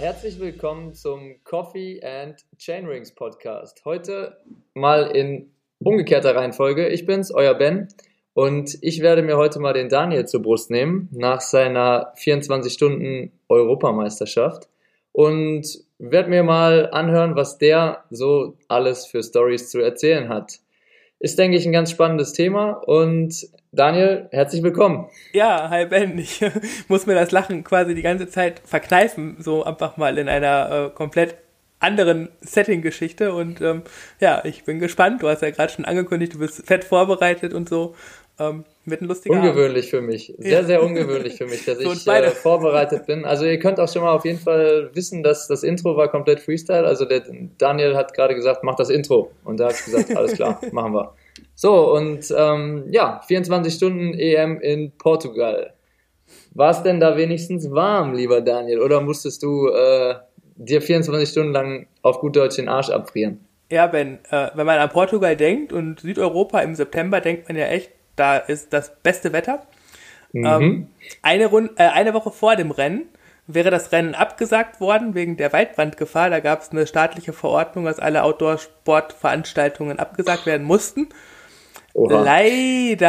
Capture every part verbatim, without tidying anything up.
Herzlich willkommen zum Coffee and Chainrings Podcast. Heute mal in umgekehrter Reihenfolge. Ich bin's, euer Ben, und ich werde mir heute mal den Daniel zur Brust nehmen nach seiner vierundzwanzig Stunden Europameisterschaft und werde mir mal anhören, was der so alles für Stories zu erzählen hat. Ist, denke ich, ein ganz spannendes Thema und Daniel, herzlich willkommen. Ja, hi Ben, ich muss mir das Lachen quasi die ganze Zeit verkneifen, so einfach mal in einer äh, komplett anderen Setting-Geschichte und ähm, ja, ich bin gespannt, du hast ja gerade schon angekündigt, du bist fett vorbereitet und so, ähm, mit einem lustigen Ungewöhnlich Abend. Für mich, sehr, sehr ungewöhnlich für mich, dass So, ich äh, vorbereitet bin. Also ihr könnt auch schon mal auf jeden Fall wissen, dass das Intro war komplett Freestyle, also der Daniel hat gerade gesagt, mach das Intro und da habe ich gesagt, alles klar, machen wir. So, und ähm, ja, vierundzwanzig Stunden E M in Portugal. War es denn da wenigstens warm, lieber Daniel, oder musstest du äh, dir vierundzwanzig Stunden lang auf gut Deutsch den Arsch abfrieren? Ja, Ben, äh, wenn man an Portugal denkt und Südeuropa im September, denkt man ja echt, da ist das beste Wetter. Mhm. Ähm, eine, Rund- äh, eine Woche vor dem Rennen wäre das Rennen abgesagt worden wegen der Waldbrandgefahr. Da gab es eine staatliche Verordnung, dass alle Outdoor-Sportveranstaltungen abgesagt werden mussten. Oha. Leider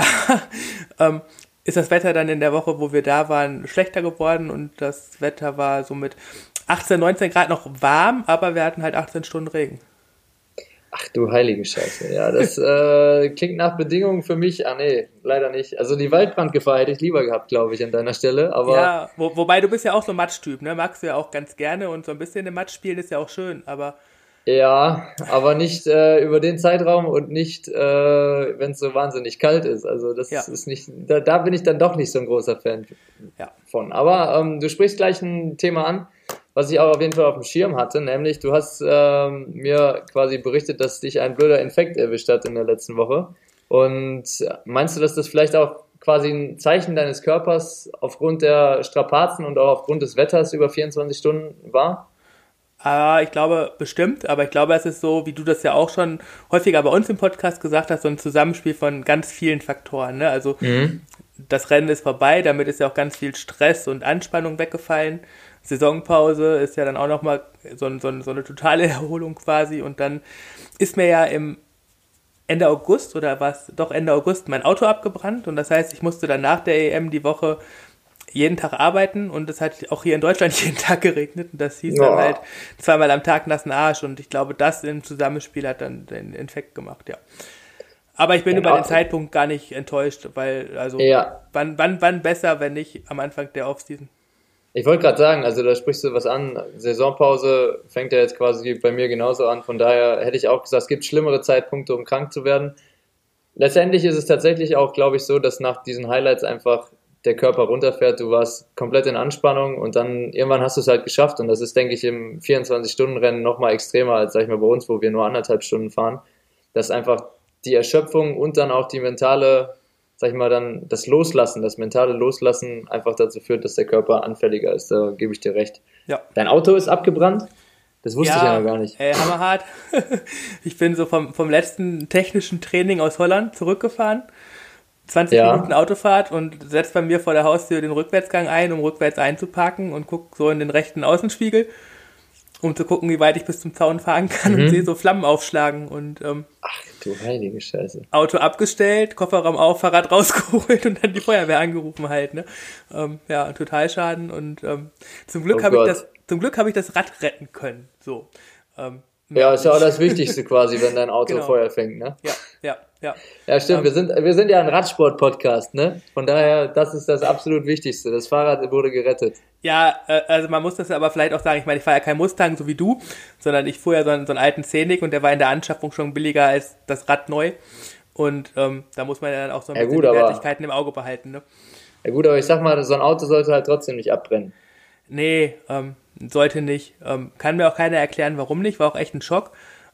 ähm, ist das Wetter dann in der Woche, wo wir da waren, schlechter geworden und das Wetter war so mit achtzehn, neunzehn Grad noch warm, aber wir hatten halt achtzehn Stunden Regen. Ach du heilige Scheiße, ja, das äh, klingt nach Bedingungen für mich, ah nee, leider nicht. Also die Waldbrandgefahr hätte ich lieber gehabt, glaube ich, an deiner Stelle, aber... Ja, wo, wobei du bist ja auch so ein Matschtyp, ne, magst du ja auch ganz gerne und so ein bisschen im Matsch spielen ist ja auch schön, aber... Ja, aber nicht äh, über den Zeitraum und nicht, äh, wenn es so wahnsinnig kalt ist. Also das ja. ist nicht, da, da bin ich dann doch nicht so ein großer Fan ja. von. Aber ähm, du sprichst gleich ein Thema an, was ich auch auf jeden Fall auf dem Schirm hatte, nämlich du hast ähm, mir quasi berichtet, dass dich ein blöder Infekt erwischt hat in der letzten Woche. Und meinst du, dass das vielleicht auch quasi ein Zeichen deines Körpers aufgrund der Strapazen und auch aufgrund des Wetters über vierundzwanzig Stunden war? Ah, ich glaube bestimmt, aber ich glaube, es ist so, wie du das ja auch schon häufiger bei uns im Podcast gesagt hast, so ein Zusammenspiel von ganz vielen Faktoren. Ne? Also mhm. das Rennen ist vorbei, damit ist ja auch ganz viel Stress und Anspannung weggefallen. Saisonpause ist ja dann auch nochmal so, so, so eine totale Erholung quasi und dann ist mir ja im Ende August oder was, doch Ende August mein Auto abgebrannt und das heißt, ich musste dann nach der E M die Woche jeden Tag arbeiten und es hat auch hier in Deutschland jeden Tag geregnet und das hieß ja. dann halt zweimal am Tag nassen Arsch und ich glaube, das im Zusammenspiel hat dann den Infekt gemacht, ja. Aber ich bin ja, über den Zeitpunkt gar nicht enttäuscht, weil, also, ja. wann, wann, wann besser, wenn nicht am Anfang der Offseason? Ich wollte gerade sagen, also da sprichst du was an, Saisonpause fängt ja jetzt quasi bei mir genauso an, von daher hätte ich auch gesagt, es gibt schlimmere Zeitpunkte, um krank zu werden. Letztendlich ist es tatsächlich auch, glaube ich, so, dass nach diesen Highlights einfach der Körper runterfährt, du warst komplett in Anspannung und dann irgendwann hast du es halt geschafft und das ist, denke ich, im vierundzwanzig-Stunden-Rennen nochmal extremer als, sag ich mal, bei uns, wo wir nur anderthalb Stunden fahren, dass einfach die Erschöpfung und dann auch die mentale, sag ich mal, dann das Loslassen, das mentale Loslassen einfach dazu führt, dass der Körper anfälliger ist, da gebe ich dir recht. Ja. Dein Auto ist abgebrannt? Das wusste ja, ich ja noch gar nicht. Äh, hammerhart. Ich bin so vom, vom letzten technischen Training aus Holland zurückgefahren, zwanzig ja. Minuten Autofahrt und setzt bei mir vor der Haustür den Rückwärtsgang ein, um rückwärts einzuparken und guck so in den rechten Außenspiegel, um zu gucken, wie weit ich bis zum Zaun fahren kann mhm. und sehe so Flammen aufschlagen und ähm, ach du heilige Scheiße. Auto abgestellt, Kofferraum auf, Fahrrad rausgeholt und dann die Feuerwehr angerufen halt, ne? Ähm, ja, Totalschaden und ähm, zum Glück oh habe ich das, zum Glück habe ich das Rad retten können, so. Ähm, ja, ist ja auch das Wichtigste quasi, wenn dein Auto genau. Feuer fängt, ne? Ja, ja, ja. Ja, stimmt, um, wir sind wir sind ja ein Radsport-Podcast, ne? Von daher, das ist das absolut Wichtigste. Das Fahrrad wurde gerettet. Ja, äh, also man muss das aber vielleicht auch sagen, ich meine, ich fahre ja kein Mustang, so wie du, sondern ich fuhr ja so einen, so einen alten Scenic und der war in der Anschaffung schon billiger als das Rad neu. Und ähm, da muss man ja dann auch so ein ja, bisschen gut, die aber, Wertigkeiten im Auge behalten, ne? Ja gut, aber ich sag mal, so ein Auto sollte halt trotzdem nicht abbrennen. Nee, ähm, sollte nicht. Ähm, kann mir auch keiner erklären, warum nicht. War auch echt ein Schock.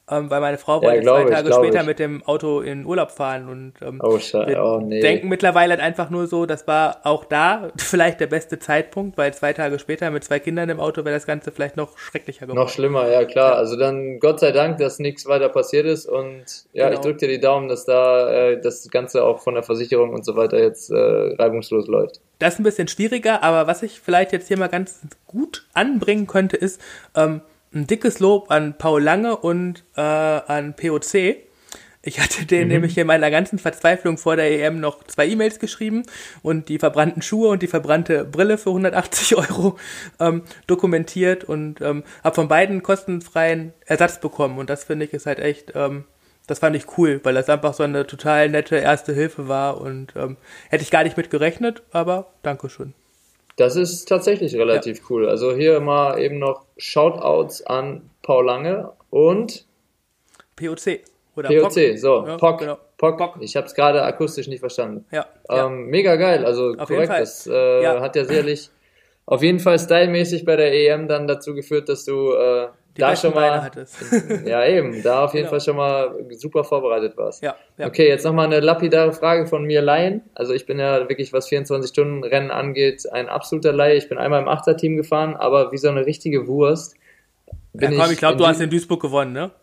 ähm, weil meine Frau Ja, wollte glaub zwei ich, Tage glaub später ich. mit dem Auto in Urlaub fahren und ähm, Oh, Scheiße. wir Oh, nee. denken mittlerweile halt einfach nur so, das war auch da vielleicht der beste Zeitpunkt, weil zwei Tage später mit zwei Kindern im Auto wäre das Ganze vielleicht noch schrecklicher geworden. Noch schlimmer, ja klar. Also dann Gott sei Dank, dass nichts weiter passiert ist und ja, Genau. ich drücke dir die Daumen, dass da äh, das Ganze auch von der Versicherung und so weiter jetzt äh, reibungslos läuft. Das ist ein bisschen schwieriger, aber was ich vielleicht jetzt hier mal ganz gut anbringen könnte, ist ähm, ein dickes Lob an Paul Lange und äh, an P O C. Ich hatte denen Mhm. nämlich in meiner ganzen Verzweiflung vor der E M noch zwei E-Mails geschrieben und die verbrannten Schuhe und die verbrannte Brille für hundertachtzig Euro ähm, dokumentiert und ähm, habe von beiden kostenfreien Ersatz bekommen. Und das finde ich ist halt echt, ähm, das fand ich cool, weil das einfach so eine total nette erste Hilfe war und ähm, hätte ich gar nicht mit gerechnet, aber Dankeschön. Das ist tatsächlich relativ cool. Also hier mal eben noch Shoutouts an Paul Lange und P O C. Oder P O C, so, Ja, P O C, genau. P O C. Ich habe es gerade akustisch nicht verstanden. Ja, ja. Ähm, mega geil, also Auf jeden korrekt. Fall. Das äh, Ja. hat ja sicherlich auf jeden Fall stylmäßig bei der E M dann dazu geführt, dass du äh, Die da besten schon mal, Beine hattest. ja eben, da auf jeden Genau. Fall schon mal super vorbereitet warst. Ja, ja. Okay, jetzt nochmal eine lapidare Frage von mir Laien. Also ich bin ja wirklich, was vierundzwanzig-Stunden-Rennen angeht, ein absoluter Laie. Ich bin einmal im Achter-Team gefahren, aber wie so eine richtige Wurst bin Ja, komm, ich glaube, in du hast Duis- in Duisburg gewonnen, ne?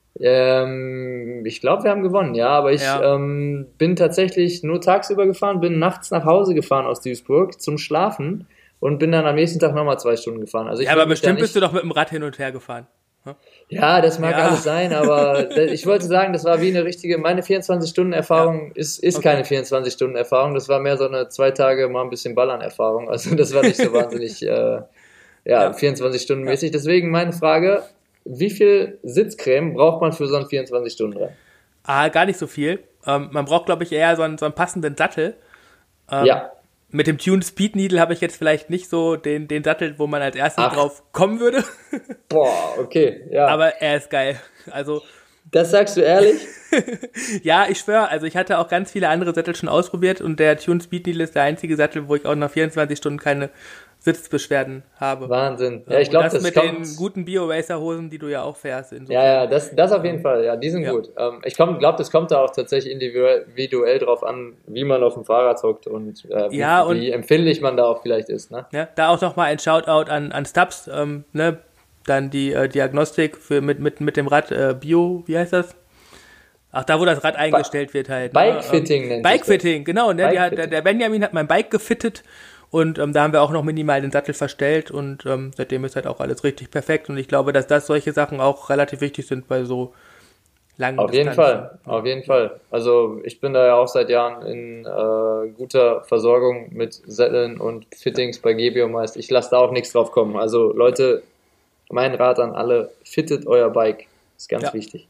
ähm, ich glaube, wir haben gewonnen, ja, aber ich Ja. ähm, bin tatsächlich nur tagsüber gefahren, bin nachts nach Hause gefahren aus Duisburg zum Schlafen und bin dann am nächsten Tag nochmal zwei Stunden gefahren. Also ich Ja, will aber mich da bestimmt nicht, bist du doch mit dem Rad hin und her gefahren. Ja, das mag Ja. alles sein, aber da- ich wollte sagen, das war wie eine richtige, meine vierundzwanzig-Stunden-Erfahrung ist, ist Okay. keine vierundzwanzig-Stunden-Erfahrung, das war mehr so eine zwei Tage mal ein bisschen Ballern-Erfahrung. Also das war nicht so wahnsinnig, äh, ja, Ja. vierundzwanzig Stunden mäßig. Deswegen meine Frage, wie viel Sitzcreme braucht man für so ein vierundzwanzig-Stunden-Rennen? Ah, gar nicht so viel. Ähm, man braucht, glaube ich, eher so einen, so einen passenden Sattel. Ähm, Ja, Mit dem Tune Speed Needle habe ich jetzt vielleicht nicht so den, den Sattel, wo man als erstes Ach. drauf kommen würde. boah, okay, ja. Aber er ist geil. Also, Das sagst du ehrlich? ja, ich schwöre, also ich hatte auch ganz viele andere Sattel schon ausprobiert und der Tune Speed Needle ist der einzige Sattel, wo ich auch nach vierundzwanzig Stunden keine Sitzbeschwerden habe. Wahnsinn. Ja, ich Und glaube, das, das, mit kommt... den guten Bio-Racer-Hosen, die du ja auch fährst. Insofern. Ja, ja, das, das auf jeden Fall, ja, die sind Ja. gut. Ähm, ich glaube, das kommt da auch tatsächlich individuell, individuell drauf an, wie man auf dem Fahrrad hockt und, äh, wie, Ja, und- wie empfindlich man da auch vielleicht ist. Ne? Ja, da auch nochmal ein Shoutout an, an Stubbs, ähm, ne, dann die äh, Diagnostik für, mit, mit, mit dem Rad äh, Bio, wie heißt das? Ach, da wo das Rad eingestellt wird halt. Bike-Fitting ne? nennt sich das. Bike-Fitting, genau. Ne? Die hat, der, Bike-Fitting. der Benjamin hat mein Bike gefittet und ähm, da haben wir auch noch minimal den Sattel verstellt und ähm, seitdem ist halt auch alles richtig perfekt und ich glaube, dass das solche Sachen auch relativ wichtig sind bei so langen Auf jeden Distanzen. Fall, auf jeden Fall. Also ich bin da ja auch seit Jahren in äh, guter Versorgung mit Sätteln und Fittings bei Gebio meist. Ich lasse da auch nichts drauf kommen. Also Leute, mein Rat an alle, fittet euer Bike. Ist ganz Ja. wichtig.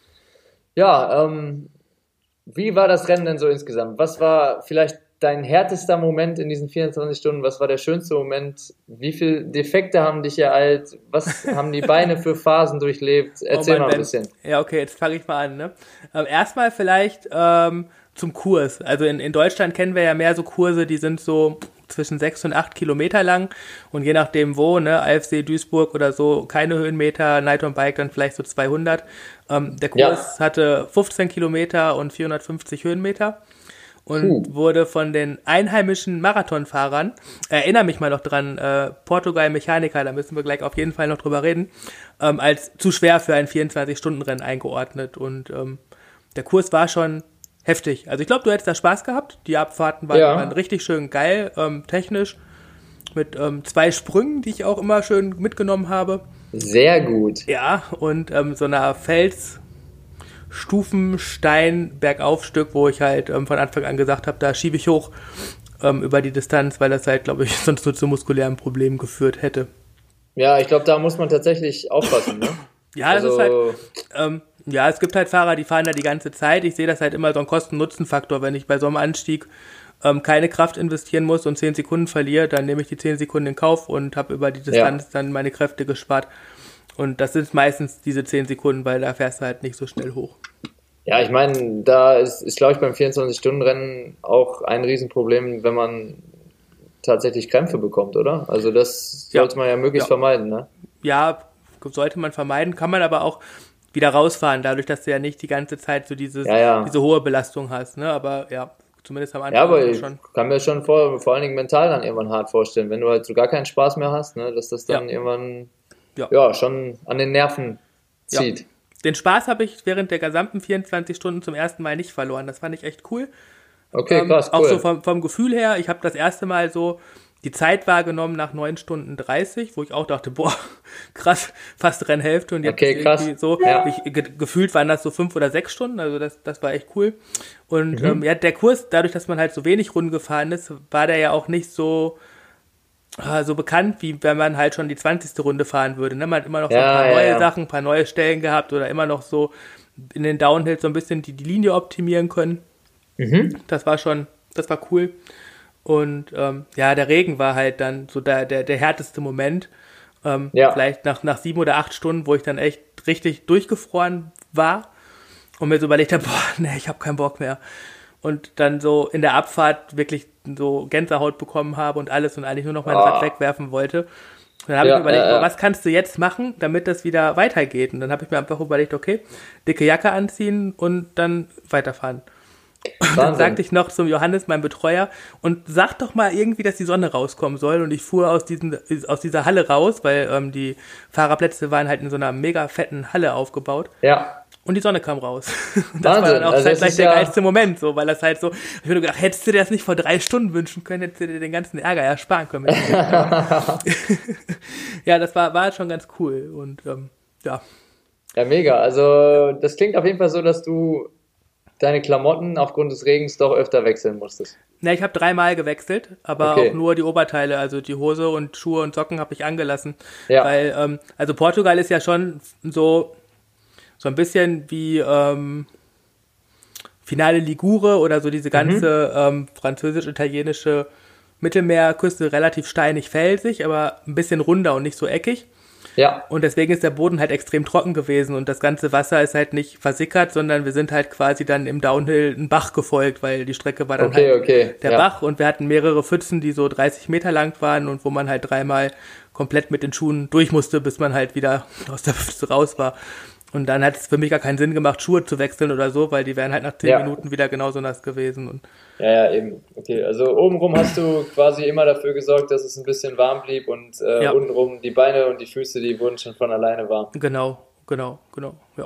Ja, ähm, wie war das Rennen denn so insgesamt? Was war vielleicht dein härtester Moment in diesen vierundzwanzig Stunden? Was war der schönste Moment? Wie viele Defekte haben dich ereilt? Was haben die Beine für Phasen durchlebt? Erzähl Oh Mann, mal ein Ben. bisschen. Ja, okay, jetzt fange ich mal an. Ne? Ähm, erstmal vielleicht ähm, zum Kurs. Also in, in Deutschland kennen wir ja mehr so Kurse, die sind so zwischen sechs und acht Kilometer lang und je nachdem wo, ne, A F C Duisburg oder so, keine Höhenmeter, Night on Bike dann vielleicht so zweihundert. Ähm, der Kurs Ja. hatte fünfzehn Kilometer und vierhundertfünfzig Höhenmeter. Und Puh. wurde von den einheimischen Marathonfahrern, erinnere mich mal noch dran, äh, Portugal Mechaniker, da müssen wir gleich auf jeden Fall noch drüber reden, ähm, als zu schwer für ein vierundzwanzig-Stunden-Rennen eingeordnet. Und ähm, der Kurs war schon heftig. Also ich glaube, du hättest da Spaß gehabt. Die Abfahrten waren, Ja. waren richtig schön geil, ähm, technisch, mit ähm, zwei Sprüngen, die ich auch immer schön mitgenommen habe. Sehr gut. Ja, und ähm, so einer Fels... Stufenstein Bergaufstück, wo ich halt ähm, von Anfang an gesagt habe, da schiebe ich hoch ähm, über die Distanz, weil das halt, glaube ich, sonst nur zu muskulären Problemen geführt hätte. Ja, ich glaube, da muss man tatsächlich aufpassen. Ne? Ja, das Also- ist halt, ähm, ja, es gibt halt Fahrer, die fahren da die ganze Zeit. Ich sehe das halt immer so ein Kosten-Nutzen-Faktor. Wenn ich bei so einem Anstieg ähm, keine Kraft investieren muss und zehn Sekunden verliere, dann nehme ich die zehn Sekunden in Kauf und habe über die Distanz Ja. dann meine Kräfte gespart. Und das sind meistens diese zehn Sekunden, weil da fährst du halt nicht so schnell hoch. Ja, ich meine, da ist, ist glaube ich, beim vierundzwanzig-Stunden-Rennen auch ein Riesenproblem, wenn man tatsächlich Krämpfe bekommt, oder? Also das Ja. sollte man ja möglichst Ja. vermeiden, ne? Ja, sollte man vermeiden, kann man aber auch wieder rausfahren, dadurch, dass du ja nicht die ganze Zeit so dieses, ja, ja. diese hohe Belastung hast, ne? Aber ja, zumindest am Anfang. Ja, aber ich schon. kann mir schon vor, vor allen Dingen mental dann irgendwann hart vorstellen, wenn du halt so gar keinen Spaß mehr hast, ne? Dass das dann ja. irgendwann ja. ja schon an den Nerven zieht. Ja. Den Spaß habe ich während der gesamten vierundzwanzig Stunden zum ersten Mal nicht verloren. Das fand ich echt cool. Okay, ähm, krass, cool. Auch so vom, vom vom Gefühl her, ich habe das erste Mal so die Zeit wahrgenommen nach neun Stunden dreißig, wo ich auch dachte, boah, krass, fast Rennhälfte. Und jetzt okay, krass. irgendwie so, ja. ich, ge- gefühlt waren das so fünf oder sechs Stunden, also das, das war echt cool. Und mhm. ähm, ja, der Kurs, dadurch, dass man halt so wenig Runden gefahren ist, war der ja auch nicht so, äh, so bekannt, wie wenn man halt schon die zwanzigste Runde fahren würde. Ne? Man hat immer noch so ja, ein paar ja, neue ja. Sachen, ein paar neue Stellen gehabt oder immer noch so in den Downhills so ein bisschen die, die Linie optimieren können. Mhm. Das war schon, das war cool. Und ähm, ja, der Regen war halt dann so der, der, der härteste Moment. Ähm, ja. Vielleicht nach, nach sieben oder acht Stunden, wo ich dann echt richtig durchgefroren war und mir so überlegt habe, boah, nee, ich habe keinen Bock mehr. Und dann so in der Abfahrt wirklich so Gänsehaut bekommen habe und alles und eigentlich nur noch mein Rad oh. wegwerfen wollte. Und dann habe ja, ich mir überlegt, äh, was kannst du jetzt machen, damit das wieder weitergeht? Und dann habe ich mir einfach überlegt, okay, dicke Jacke anziehen und dann weiterfahren. Und dann sagte ich noch zum Johannes, meinem Betreuer, und sag doch mal irgendwie, dass die Sonne rauskommen soll. Und ich fuhr aus, diesen, aus dieser Halle raus, weil ähm, die Fahrerplätze waren halt in so einer mega fetten Halle aufgebaut. Ja. Und die Sonne kam raus. Und das Wahnsinn. war dann auch also gleich der ja geilste Moment, so, weil das halt so, ich würde gedacht, hättest du dir das nicht vor drei Stunden wünschen können, hättest du dir den ganzen Ärger ersparen können. Ja, das war, war schon ganz cool. Und ähm, ja. Ja, mega. Also das klingt auf jeden Fall so, dass du deine Klamotten aufgrund des Regens doch öfter wechseln musstest. Na, ich habe dreimal gewechselt, aber okay. auch nur die Oberteile, also die Hose und Schuhe und Socken habe ich angelassen. Ja. Weil, ähm, also Portugal ist ja schon so, so ein bisschen wie ähm, Finale Ligure oder so diese ganze mhm. ähm, französisch-italienische Mittelmeerküste, relativ steinig, felsig, aber ein bisschen runder und nicht so eckig. Ja. Und deswegen ist der Boden halt extrem trocken gewesen und das ganze Wasser ist halt nicht versickert, sondern wir sind halt quasi dann im Downhill einen Bach gefolgt, weil die Strecke war dann okay, halt okay. der ja. Bach und wir hatten mehrere Pfützen, die so dreißig Meter lang waren und wo man halt dreimal komplett mit den Schuhen durch musste, bis man halt wieder aus der Pfütze raus war. Und dann hat es für mich gar keinen Sinn gemacht, Schuhe zu wechseln oder so, weil die wären halt nach zehn ja. Minuten wieder genauso nass gewesen. Und ja, ja, eben. Okay, also obenrum hast du quasi immer dafür gesorgt, dass es ein bisschen warm blieb und äh, ja. untenrum die Beine und die Füße, die wurden schon von alleine warm. Genau, genau, genau, ja.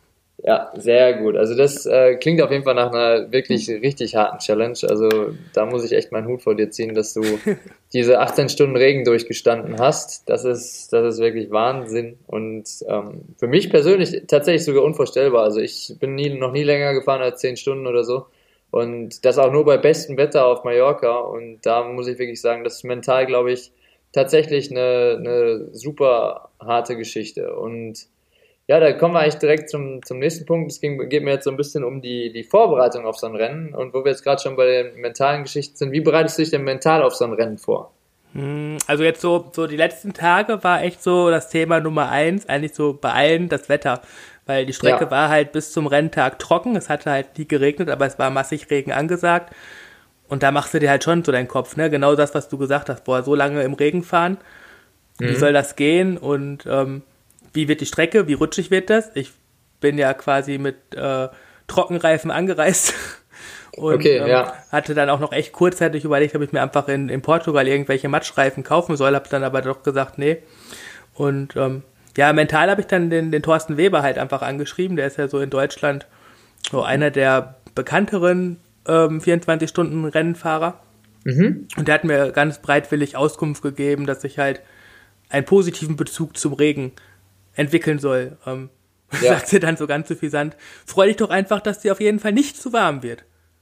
Ja, sehr gut. Also das äh, klingt auf jeden Fall nach einer wirklich richtig harten Challenge. Also da muss ich echt meinen Hut vor dir ziehen, dass du diese achtzehn Stunden Regen durchgestanden hast. Das ist, das ist wirklich Wahnsinn und ähm, für mich persönlich tatsächlich sogar unvorstellbar. Also ich bin nie, noch nie länger gefahren als zehn Stunden oder so und das auch nur bei bestem Wetter auf Mallorca und da muss ich wirklich sagen, das ist mental, glaube ich, tatsächlich eine, eine super harte Geschichte und ja, da kommen wir eigentlich direkt zum, zum nächsten Punkt. Es ging, geht mir jetzt so ein bisschen um die, die Vorbereitung auf so ein Rennen. Und wo wir jetzt gerade schon bei den mentalen Geschichten sind, wie bereitest du dich denn mental auf so ein Rennen vor? Also jetzt so, so die letzten Tage war echt so das Thema Nummer eins, eigentlich so bei allen das Wetter. Weil die Strecke ja. war halt bis zum Renntag trocken. Es hatte halt nie geregnet, aber es war massig Regen angesagt. Und da machst du dir halt schon so deinen Kopf, ne? Genau das, was du gesagt hast. Boah, so lange im Regen fahren. Mhm. Wie soll das gehen? Und ähm, wie wird die Strecke, wie rutschig wird das? Ich bin ja quasi mit äh, Trockenreifen angereist und okay, ähm, ja. hatte dann auch noch echt kurzzeitig überlegt, ob ich mir einfach in, in Portugal irgendwelche Matschreifen kaufen soll, habe dann aber doch gesagt, nee. Und ähm, ja, mental habe ich dann den, den Thorsten Weber halt einfach angeschrieben, der ist ja so in Deutschland so einer der bekannteren ähm, vierundzwanzig-Stunden-Rennfahrer. Mhm. Und der hat mir ganz breitwillig Auskunft gegeben, dass ich halt einen positiven Bezug zum Regen entwickeln soll. Ähm, ja. Sagt sie dann so ganz suffisant, freu dich doch einfach, dass dir auf jeden Fall nicht zu warm wird.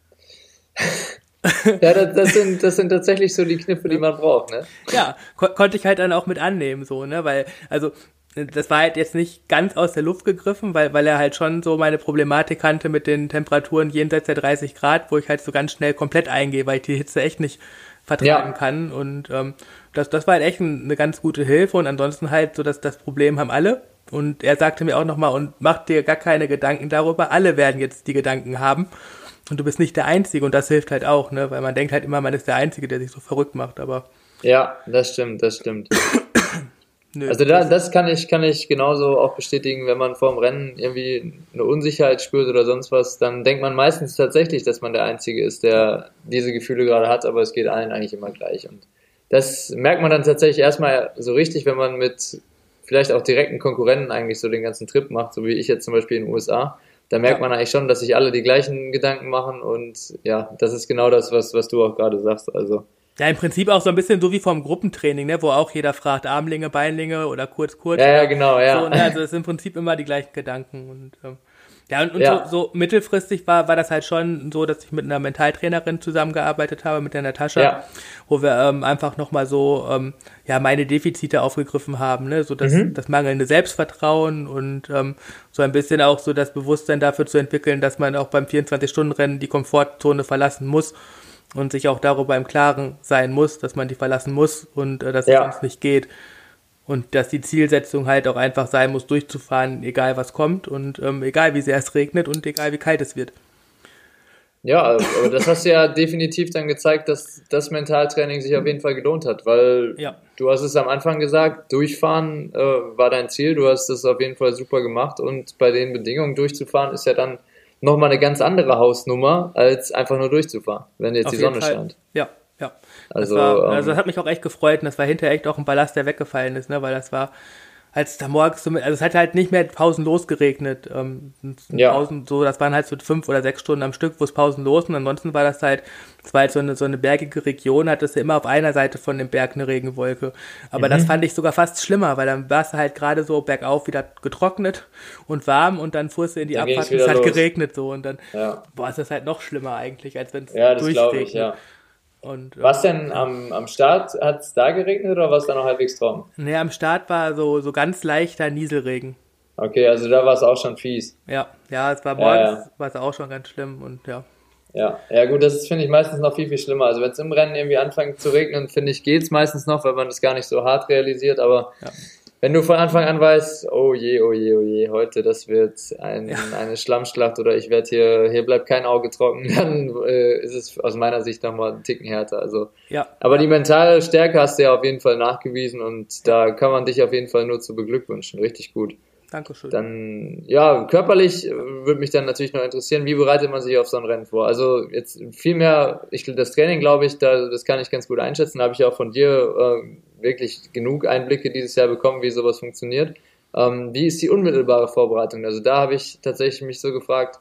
Ja, das, das, sind, das sind tatsächlich so die Kniffe, die man braucht, ne? Ja, ko- konnte ich halt dann auch mit annehmen, so, ne, weil, also, das war halt jetzt nicht ganz aus der Luft gegriffen, weil, weil er halt schon so meine Problematik kannte mit den Temperaturen jenseits der dreißig Grad, wo ich halt so ganz schnell komplett eingehe, weil ich die Hitze echt nicht vertragen ja. kann und ähm, das, das war halt echt ein, eine ganz gute Hilfe und ansonsten halt so, dass das Problem haben alle und er sagte mir auch nochmal und mach dir gar keine Gedanken darüber, alle werden jetzt die Gedanken haben und du bist nicht der Einzige und das hilft halt auch, ne, weil man denkt halt immer, man ist der Einzige, der sich so verrückt macht, aber ja, das stimmt, das stimmt. Nö, also da, das kann ich, kann ich genauso auch bestätigen, wenn man vor dem Rennen irgendwie eine Unsicherheit spürt oder sonst was, dann denkt man meistens tatsächlich, dass man der Einzige ist, der diese Gefühle gerade hat, aber es geht allen eigentlich immer gleich. Und das merkt man dann tatsächlich erstmal so richtig, wenn man mit vielleicht auch direkten Konkurrenten eigentlich so den ganzen Trip macht, so wie ich jetzt zum Beispiel in den U S A. Da merkt ja. man eigentlich schon, dass sich alle die gleichen Gedanken machen und ja, das ist genau das, was, was du auch gerade sagst. Also ja, im Prinzip auch so ein bisschen so wie vom Gruppentraining, ne, wo auch jeder fragt, Armlinge, Beinlinge oder kurz, kurz. Ja, ja, genau, ja. So, ne, also es sind im Prinzip immer die gleichen Gedanken. Und ähm, ja, und, und ja. So, so mittelfristig war, war das halt schon so, dass ich mit einer Mentaltrainerin zusammengearbeitet habe, mit der Natascha, ja. wo wir ähm, einfach nochmal so ähm, ja meine Defizite aufgegriffen haben, ne, so das, mhm. das mangelnde Selbstvertrauen und ähm, so ein bisschen auch so das Bewusstsein dafür zu entwickeln, dass man auch beim vierundzwanzig-Stunden-Rennen die Komfortzone verlassen muss. Und sich auch darüber im Klaren sein muss, dass man die verlassen muss und äh, dass ja. es sonst nicht geht. Und dass die Zielsetzung halt auch einfach sein muss, durchzufahren, egal was kommt und ähm, egal wie sehr es regnet und egal wie kalt es wird. Ja, aber das hast du ja definitiv dann gezeigt, dass das Mentaltraining sich auf jeden Fall gelohnt hat, weil ja. du hast es am Anfang gesagt, durchfahren äh, war dein Ziel, du hast es auf jeden Fall super gemacht und bei den Bedingungen durchzufahren ist ja dann nochmal eine ganz andere Hausnummer, als einfach nur durchzufahren, wenn jetzt auf die Sonne Fall. Scheint. Ja, ja. Also, das war, ähm, also das hat mich auch echt gefreut und das war hinterher echt auch ein Ballast, der weggefallen ist, ne, weil das war, als da morgens, also es hat halt nicht mehr pausenlos geregnet, ähm, ja. Pausen, so, das waren halt so fünf oder sechs Stunden am Stück, wo es pausenlos und ansonsten war das halt, es war halt so eine, so eine bergige Region, hat es ja immer auf einer Seite von dem Berg eine Regenwolke, aber mhm. das fand ich sogar fast schlimmer, weil dann war es halt gerade so bergauf wieder getrocknet und warm und dann fuhrst du in die dann Abfahrt und es hat los. geregnet so und dann, ja. boah, ist das halt noch schlimmer eigentlich, als wenn es ja, das glaube ich, ja. Und, was denn am, am Start, hat es da geregnet oder war es da noch halbwegs trocken? Nee, am Start war so, so ganz leichter Nieselregen. Okay, also da war es auch schon fies. Ja, ja, es war morgens, ja, ja. war es auch schon ganz schlimm und ja. Ja, ja gut, das ist, finde ich, meistens noch viel, viel schlimmer. Also wenn es im Rennen irgendwie anfängt zu regnen, finde ich, geht es meistens noch, weil man das gar nicht so hart realisiert, aber ja. wenn du von Anfang an weißt, oh je, oh je, oh je, heute, das wird ein, ja. eine Schlammschlacht oder ich werde hier, hier bleibt kein Auge trocken, dann äh, ist es aus meiner Sicht nochmal einen Ticken härter. Also, ja. Aber die mentale Stärke hast du ja auf jeden Fall nachgewiesen und da kann man dich auf jeden Fall nur zu beglückwünschen. Richtig gut. Dankeschön. Dann, ja, körperlich würde mich dann natürlich noch interessieren, wie bereitet man sich auf so ein Rennen vor? Also jetzt viel mehr, ich, das Training, glaube ich, da, das kann ich ganz gut einschätzen, da habe ich auch von dir äh, wirklich genug Einblicke dieses Jahr bekommen, wie sowas funktioniert. Ähm, wie ist die unmittelbare Vorbereitung? Also da habe ich tatsächlich mich so gefragt,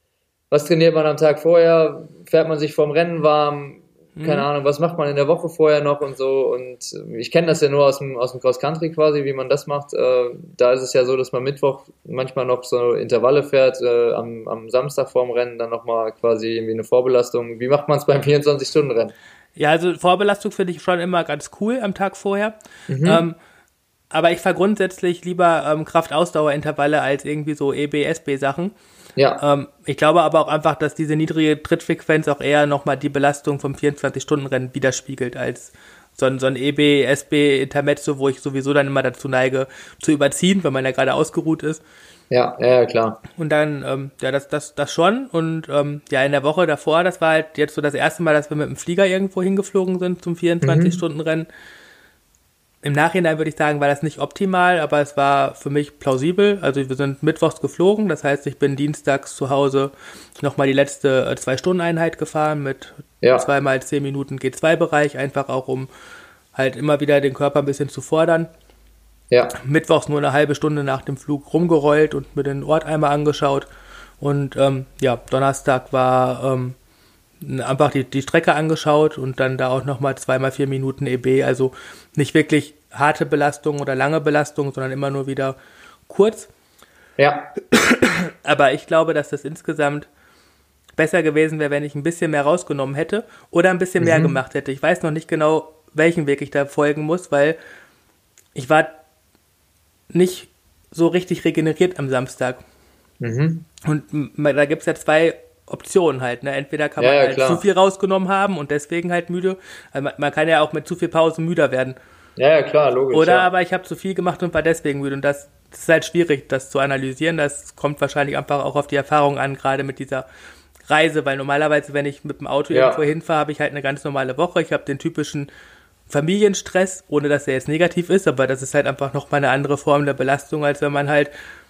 was trainiert man am Tag vorher? Fährt man sich vorm Rennen warm? Keine mhm. Ahnung, was macht man in der Woche vorher noch und so, und ich kenne das ja nur aus dem, aus dem Cross-Country quasi, wie man das macht. Äh, da ist es ja so, dass man Mittwoch manchmal noch so Intervalle fährt, äh, am, am Samstag vorm Rennen dann nochmal quasi irgendwie eine Vorbelastung. Wie macht man es beim vierundzwanzig-Stunden-Rennen? Ja, also Vorbelastung finde ich schon immer ganz cool am Tag vorher. Mhm. Ähm, aber ich fahre grundsätzlich lieber ähm, Kraft-Ausdauer-Intervalle als irgendwie so E B, S B-Sachen. Ja. Ähm, ich glaube aber auch einfach, dass diese niedrige Trittfrequenz auch eher nochmal die Belastung vom vierundzwanzig-Stunden-Rennen widerspiegelt als so ein, so ein E B, S B-Intermezzo, wo ich sowieso dann immer dazu neige, zu überziehen, weil man ja gerade ausgeruht ist. Ja, ja, klar. Und dann, ähm, ja, das, das, das schon. Und ähm, ja, in der Woche davor, das war halt jetzt so das erste Mal, dass wir mit dem Flieger irgendwo hingeflogen sind zum vierundzwanzig-Stunden-Rennen. Im Nachhinein würde ich sagen, war das nicht optimal, aber es war für mich plausibel. Also wir sind mittwochs geflogen, das heißt, ich bin dienstags zu Hause nochmal die letzte äh, Zwei-Stunden-Einheit gefahren mit ja. zweimal zehn Minuten G zwei Bereich, einfach auch um halt immer wieder den Körper ein bisschen zu fordern. Ja. Mittwochs nur eine halbe Stunde nach dem Flug rumgerollt und mir den Ort einmal angeschaut. Und ähm, ja, Donnerstag war ähm, einfach die, die Strecke angeschaut und dann da auch nochmal zweimal vier Minuten E B, also nicht wirklich harte Belastung oder lange Belastung, sondern immer nur wieder kurz. Ja. Aber ich glaube, dass das insgesamt besser gewesen wäre, wenn ich ein bisschen mehr rausgenommen hätte oder ein bisschen mehr mhm. gemacht hätte. Ich weiß noch nicht genau, welchen Weg ich da folgen muss, weil ich war nicht so richtig regeneriert am Samstag. Mhm. Und da gibt es ja zwei Optionen halt, ne? Entweder kann man ja, ja, halt klar. zu viel rausgenommen haben und deswegen halt müde. Also man, man kann ja auch mit zu viel Pause müder werden. Ja, ja, klar, logisch. Oder ja. aber ich habe zu viel gemacht und war deswegen müde. Und das, das ist halt schwierig, das zu analysieren. Das kommt wahrscheinlich einfach auch auf die Erfahrung an, gerade mit dieser Reise. Weil normalerweise, wenn ich mit dem Auto ja. irgendwo hinfahre, habe ich halt eine ganz normale Woche. Ich habe den typischen Familienstress, ohne dass er jetzt negativ ist, aber das ist halt einfach nochmal eine andere Form der Belastung, als wenn man halt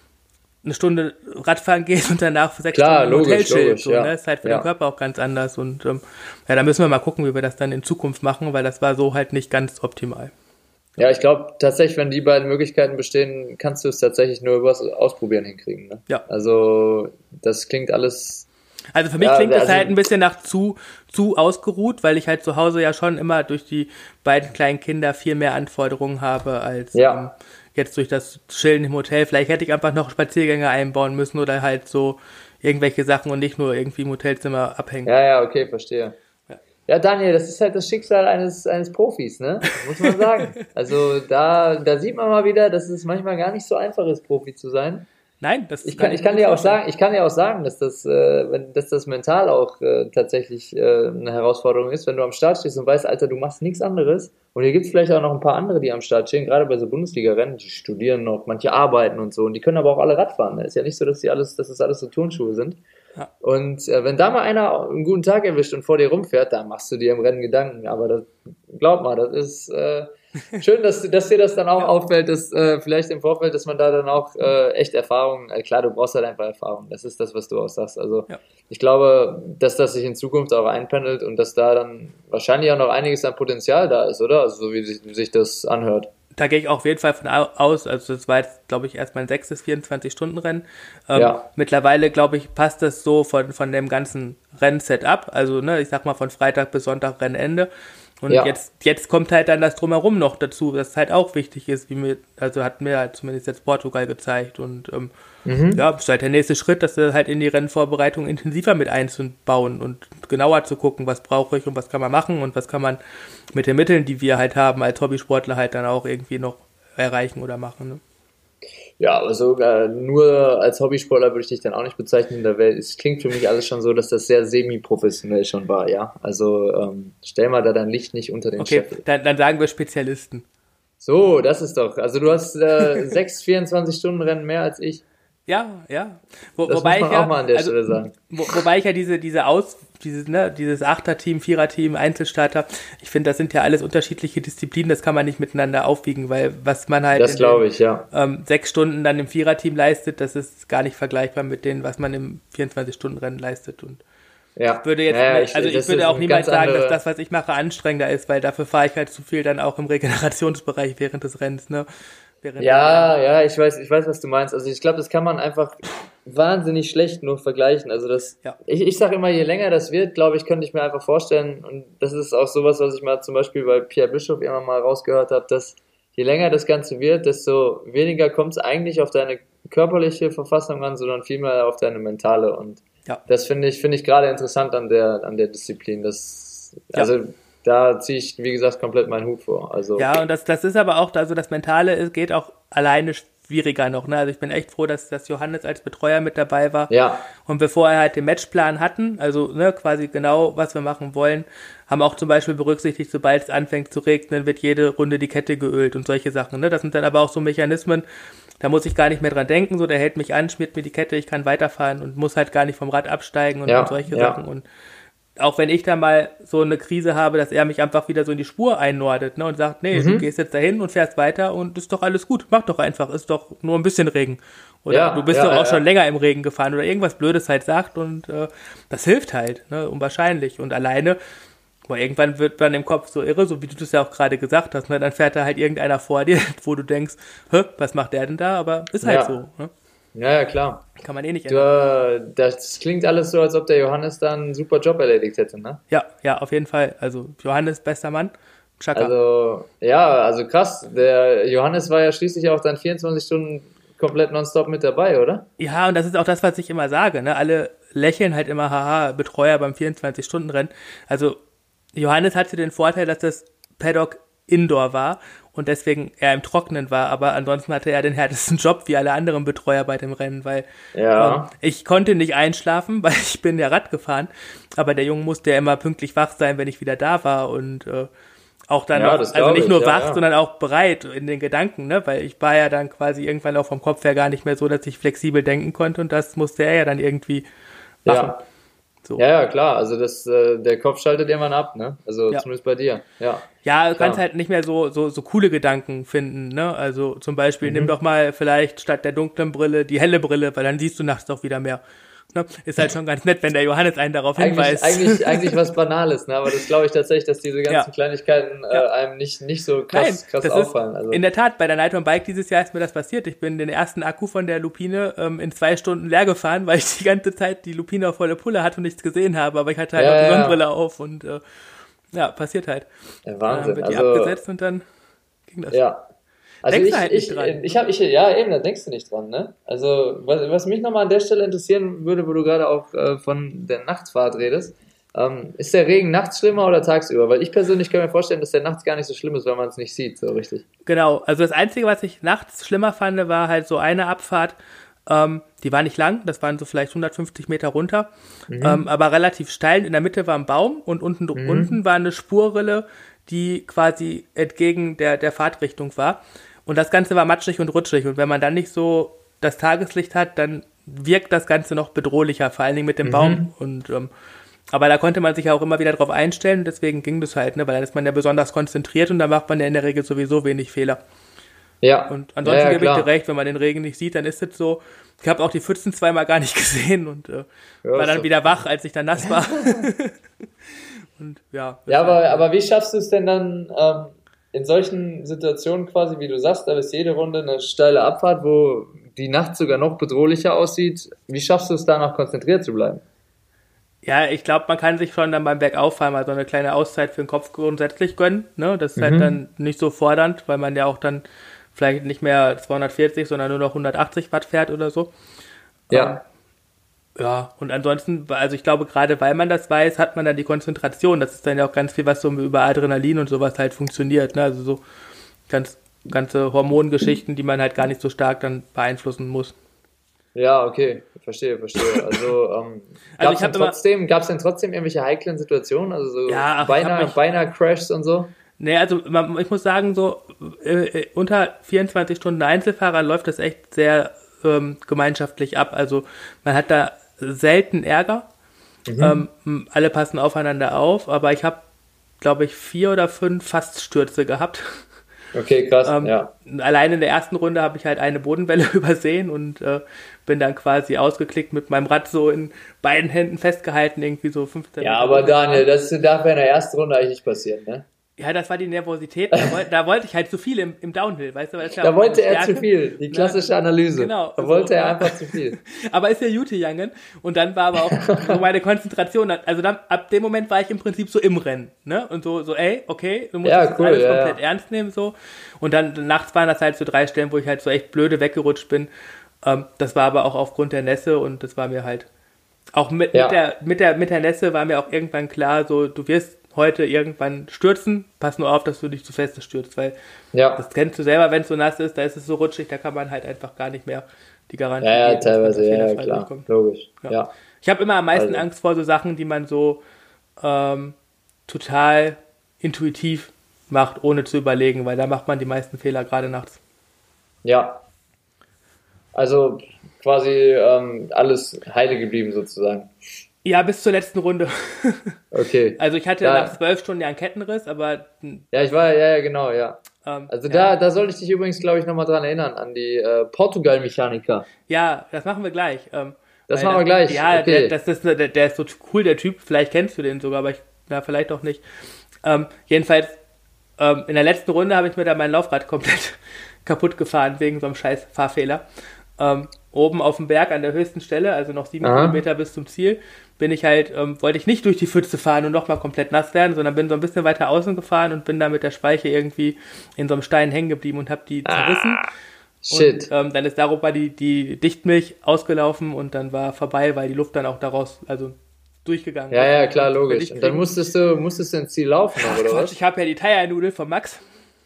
eine Stunde Radfahren geht und danach sechs Klar, Stunden im logisch, Hotel chillt. logisch, So, ja. ne? Ist halt für Ja. den Körper auch ganz anders. Und ähm, ja, da müssen wir mal gucken, wie wir das dann in Zukunft machen, weil das war so halt nicht ganz optimal. Ja, ich glaube tatsächlich, wenn die beiden Möglichkeiten bestehen, kannst du es tatsächlich nur übers Ausprobieren hinkriegen. Ne? Ja. Also das klingt alles... Also für mich Ja, klingt das also- halt ein bisschen nach zu, zu ausgeruht, weil ich halt zu Hause ja schon immer durch die beiden kleinen Kinder viel mehr Anforderungen habe als Ja. ähm, jetzt durch das Chillen im Hotel. Vielleicht hätte ich einfach noch Spaziergänge einbauen müssen oder halt so irgendwelche Sachen und nicht nur irgendwie im Hotelzimmer abhängen. Ja, ja, okay, verstehe. Ja. Ja, Daniel, das ist halt das Schicksal eines, eines Profis, ne? Muss man sagen. Also da, da sieht man mal wieder, dass es manchmal gar nicht so einfach ist, Profi zu sein. Nein, das Ich kann, ich kann dir auch sagen, ich kann dir auch sagen, dass das, äh, wenn, dass das mental auch äh, tatsächlich äh, eine Herausforderung ist, wenn du am Start stehst und weißt, Alter, du machst nichts anderes. Und hier gibt es vielleicht auch noch ein paar andere, die am Start stehen, gerade bei so Bundesliga-Rennen, die studieren noch, manche arbeiten und so, und die können aber auch alle Radfahren. Ne? Ist ja nicht so, dass die alles, dass das alles so Turnschuhe sind. Ja. Und äh, wenn da mal einer einen guten Tag erwischt und vor dir rumfährt, dann machst du dir im Rennen Gedanken. Aber das, glaub mal, das ist äh, schön, dass, dass dir das dann auch auffällt, dass äh, vielleicht im Vorfeld, dass man da dann auch äh, echt Erfahrung, äh, klar, du brauchst halt einfach Erfahrung. Das ist das, was du auch sagst. Also Ja. ich glaube, dass das sich in Zukunft auch einpendelt und dass da dann wahrscheinlich auch noch einiges an Potenzial da ist, oder? Also so wie sich, wie sich das anhört. Da gehe ich auch auf jeden Fall von au- aus. Also das war jetzt, glaube ich, erst mein sechstes vierundzwanzig-Stunden-Rennen. Ähm, Ja. Mittlerweile, glaube ich, passt das so von, von dem ganzen Rennsetup. Also, ne, ich sag mal von Freitag bis Sonntag Rennende. Und Ja. jetzt, jetzt kommt halt dann das Drumherum noch dazu, das halt auch wichtig ist, wie mir, also hat mir halt zumindest jetzt Portugal gezeigt. Und ähm, ja, ist halt der nächste Schritt, das halt in die Rennvorbereitung intensiver mit einzubauen und genauer zu gucken, was brauche ich und was kann man machen und was kann man mit den Mitteln, die wir halt haben, als Hobbysportler halt dann auch irgendwie noch erreichen oder machen. Ne? Ja, aber sogar nur als Hobbysportler würde ich dich dann auch nicht bezeichnen. Da wär, es klingt für mich alles schon so, dass das sehr semi-professionell schon war, ja. Also ähm, stell mal da dein Licht nicht unter den Okay, Scheffel. dann, dann sagen wir Spezialisten. So, das ist doch. Also du hast äh, sechs vierundzwanzig-Stunden-Rennen mehr als ich. Ja, ja. Wo, Das wobei muss man ich ja, auch mal an der also, Stelle sagen. Wo, wobei ich ja diese, diese Aus, dieses, ne, dieses Achter-Team, Vierer-Team, Einzelstarter, ich finde, das sind ja alles unterschiedliche Disziplinen, das kann man nicht miteinander aufwiegen, weil was man halt Das in glaube den, ich, ja. ähm, sechs Stunden dann im Vierer-Team leistet, das ist gar nicht vergleichbar mit dem, was man im vierundzwanzig-Stunden-Rennen leistet. Und Ja. würde jetzt, ja, also ich das würde ist auch ein niemals ganz sagen, andere- dass das, was ich mache, anstrengender ist, weil dafür fahre ich halt zu viel dann auch im Regenerationsbereich während des Rennens, ne? Während Ja, ja, ich weiß, ich weiß, was du meinst. Also ich glaube, das kann man einfach wahnsinnig schlecht nur vergleichen. Also das, Ja. ich, ich sage immer, je länger das wird, glaube ich, könnte ich mir einfach vorstellen, und das ist auch sowas, was ich mal zum Beispiel bei Pierre Bischoff immer mal rausgehört habe, dass je länger das Ganze wird, desto weniger kommt es eigentlich auf deine körperliche Verfassung an, sondern vielmehr auf deine mentale. Und Ja. das finde ich, finde ich gerade interessant an der, an der Disziplin. Das, also da ziehe ich, wie gesagt, komplett meinen Hut vor. Also Ja, und das, das ist aber auch, also das Mentale ist, geht auch alleine schwieriger noch, ne? Also ich bin echt froh, dass, dass Johannes als Betreuer mit dabei war. ja, Und bevor er halt den Matchplan hatten, also ne, quasi genau, was wir machen wollen, haben auch zum Beispiel berücksichtigt, sobald es anfängt zu regnen, wird jede Runde die Kette geölt und solche Sachen. Ne? Das sind dann aber auch so Mechanismen, da muss ich gar nicht mehr dran denken, so der hält mich an, schmiert mir die Kette, ich kann weiterfahren und muss halt gar nicht vom Rad absteigen und, Ja, und solche ja. Sachen. Und auch wenn ich da mal so eine Krise habe, dass er mich einfach wieder so in die Spur einnordet, ne, und sagt, nee, Mhm. du gehst jetzt dahin und fährst weiter und ist doch alles gut, mach doch einfach, ist doch nur ein bisschen Regen. Oder Ja, du bist ja, doch auch ja, schon ja. länger im Regen gefahren oder irgendwas Blödes halt sagt und äh, das hilft halt, ne, unwahrscheinlich. Und alleine, boah, irgendwann wird man im Kopf so irre, so wie du das ja auch gerade gesagt hast, ne, dann fährt da halt irgendeiner vor dir, wo du denkst, hä, was macht der denn da? Aber ist halt Ja. so, ne? ja, ja, klar. Kann man eh nicht ändern. Du, das klingt alles so, als ob der Johannes dann einen super Job erledigt hätte, ne? Ja, ja, auf jeden Fall. Also Johannes, bester Mann. Chaka. Also, ja, also krass. Der Johannes war ja schließlich auch dann vierundzwanzig Stunden komplett nonstop mit dabei, oder? Ja, und das ist auch das, was ich immer sage, ne? Alle lächeln halt immer, haha, Betreuer beim vierundzwanzig-Stunden-Rennen. Also Johannes hatte den Vorteil, dass das Paddock Indoor war und deswegen er im Trockenen war, aber ansonsten hatte er den härtesten Job wie alle anderen Betreuer bei dem Rennen, weil Ja. ähm, ich konnte nicht einschlafen, weil ich bin ja Rad gefahren, aber der Junge musste ja immer pünktlich wach sein, wenn ich wieder da war und äh, auch dann Ja, noch, das also glaub nicht ich, nur ja, wach, ja. sondern auch bereit in den Gedanken, ne, weil ich war ja dann quasi irgendwann auch vom Kopf her gar nicht mehr so, dass ich flexibel denken konnte und das musste er ja dann irgendwie machen. Ja. So. Ja, ja, klar. Also das, äh, der Kopf schaltet irgendwann ab, ne? Also ja. Zumindest bei dir. Ja, ja du kannst halt nicht mehr so, so, so coole Gedanken finden, ne? Also zum Beispiel, mhm. nimm doch mal vielleicht statt der dunklen Brille die helle Brille, weil dann siehst du nachts doch wieder mehr. Ne? Ist halt schon ganz nett, wenn der Johannes einen darauf hinweist. Eigentlich, eigentlich, eigentlich was Banales, ne? Aber das glaube ich tatsächlich, dass diese ganzen ja. Kleinigkeiten äh, ja. einem nicht, nicht so krass, Nein, krass auffallen. Also. In der Tat, bei der Night on Bike dieses Jahr ist mir das passiert. Ich bin den ersten Akku von der Lupine ähm, in zwei Stunden leer gefahren, weil ich die ganze Zeit die Lupine auf volle Pulle hatte und nichts gesehen habe. Aber ich hatte halt ja, auch die ja. Sonnenbrille auf und äh, ja, passiert halt. Ja, Wahnsinn. Dann wird die also, abgesetzt und dann ging das. Ja. Also denkst ich, du halt ich, nicht dran. Ich habe, ich, ja eben, da denkst du nicht dran, ne? Also was, was mich nochmal an der Stelle interessieren würde, wo du gerade auch äh, von der Nachtfahrt redest, ähm, ist der Regen nachts schlimmer oder tagsüber? Weil ich persönlich kann mir vorstellen, dass der nachts gar nicht so schlimm ist, weil man es nicht sieht, so richtig. Genau, also das Einzige, was ich nachts schlimmer fand, war halt so eine Abfahrt, ähm, die war nicht lang, das waren so vielleicht hundertfünfzig Meter runter, mhm. ähm, aber relativ steil, in der Mitte war ein Baum und unten, mhm. unten war eine Spurrille, die quasi entgegen der, der Fahrtrichtung war. Und das Ganze war matschig und rutschig. Und wenn man dann nicht so das Tageslicht hat, dann wirkt das Ganze noch bedrohlicher, vor allen Dingen mit dem mhm. Baum. Und ähm, aber da konnte man sich ja auch immer wieder drauf einstellen. Und deswegen ging das halt, ne? Weil dann ist man ja besonders konzentriert und dann macht man ja in der Regel sowieso wenig Fehler. Ja. Und ansonsten ja, ja, gebe ich dir recht, wenn man den Regen nicht sieht, dann ist es so. Ich habe auch die Pfützen zweimal gar nicht gesehen und äh, ja, war dann so. wieder wach, als ich dann nass war. und ja. Ja, aber, aber wie schaffst du es denn dann... Ähm in solchen Situationen quasi, wie du sagst, da ist jede Runde eine steile Abfahrt, wo die Nacht sogar noch bedrohlicher aussieht. Wie schaffst du es da noch konzentriert zu bleiben? Ja, ich glaube, man kann sich schon dann beim Bergauffahren mal so eine kleine Auszeit für den Kopf grundsätzlich gönnen. Ne? Das ist mhm. halt dann nicht so fordernd, weil man ja auch dann vielleicht nicht mehr zweihundertvierzig, sondern nur noch hundertachtzig Watt fährt oder so. Ja. Ähm, Ja, und ansonsten, also ich glaube, gerade weil man das weiß, hat man dann die Konzentration. Das ist dann ja auch ganz viel, was so über Adrenalin und sowas halt funktioniert. Ne? Also so ganz ganze Hormongeschichten, die man halt gar nicht so stark dann beeinflussen muss. Ja, okay, verstehe, verstehe. Also, ähm, gab es also denn, trotzdem, gab's denn trotzdem irgendwelche heiklen Situationen? Also so ja, ach, beinahe, mich, beinahe Crashs und so? Nee, also man, ich muss sagen, so äh, unter vierundzwanzig Stunden Einzelfahrer läuft das echt sehr ähm, gemeinschaftlich ab. Also man hat da selten Ärger. Mhm. Ähm, alle passen aufeinander auf, aber ich habe, glaube ich, vier oder fünf Faststürze gehabt. Okay, krass, ähm, ja. Allein in der ersten Runde habe ich halt eine Bodenwelle übersehen und äh, bin dann quasi ausgeklickt mit meinem Rad so in beiden Händen festgehalten, irgendwie so fünfzehn. Ja, aber Daniel, das darf ja in der ersten Runde eigentlich nicht passieren, ne? Ja, das war die Nervosität. Da, wollte, da wollte ich halt zu viel im, im Downhill, weißt du? Weil das ja da wollte er zu viel, die klassische Analyse. Genau. Da wollte so, er einfach zu viel. Aber ist ja Jute gegangen. Und dann war aber auch so meine Konzentration. Also dann, ab dem Moment war ich im Prinzip so im Rennen. Ne? Und so, so ey, okay, du musst ja, das cool, alles ja, komplett ja. ernst nehmen. So. Und dann nachts waren das halt so drei Stellen, wo ich halt so echt blöde weggerutscht bin. Ähm, das war aber auch aufgrund der Nässe und das war mir halt auch mit, ja. mit, der, mit, der, mit der Nässe war mir auch irgendwann klar, so du wirst heute irgendwann stürzen, pass nur auf, dass du nicht zu fest stürzt, weil ja. das kennst du selber, wenn es so nass ist, da ist es so rutschig, da kann man halt einfach gar nicht mehr die Garantie ja, ja, geben. teilweise, ja, ja, klar, kommt. Logisch, ja. ja. Ich habe immer am meisten also. Angst vor so Sachen, die man so ähm, total intuitiv macht, ohne zu überlegen, weil da macht man die meisten Fehler gerade nachts. Ja, also quasi ähm, alles heile geblieben sozusagen. Ja, bis zur letzten Runde. Okay. Also ich hatte ja. nach zwölf Stunden ja einen Kettenriss, aber... Ja, ich war, ja, ja, genau, ja. Ähm, also ja. da, da sollte ich dich übrigens, glaube ich, nochmal dran erinnern, an die äh, Portugal-Mechaniker. Ja, das machen wir gleich. Ähm, das machen wir gleich, Ja, okay. der, das ist, der, der ist so cool, der Typ, vielleicht kennst du den sogar, aber ich, na, vielleicht auch nicht. Ähm, jedenfalls, ähm, in der letzten Runde habe ich mir da mein Laufrad komplett kaputt gefahren, wegen so einem scheiß Fahrfehler. Ähm, oben auf dem Berg an der höchsten Stelle, also noch sieben Aha. Kilometer bis zum Ziel, bin ich halt, ähm, wollte ich nicht durch die Pfütze fahren und nochmal komplett nass werden, sondern bin so ein bisschen weiter außen gefahren und bin da mit der Speiche irgendwie in so einem Stein hängen geblieben und habe die zerrissen. Ah, shit. Und ähm, dann ist darüber die, die Dichtmilch ausgelaufen und dann war vorbei, weil die Luft dann auch daraus, also durchgegangen Ja, ja, klar, logisch. Und dann musstest du, musstest du ins Ziel laufen, Ach, oder Quatsch, was? ich habe ja die Tire-Nudel von Max.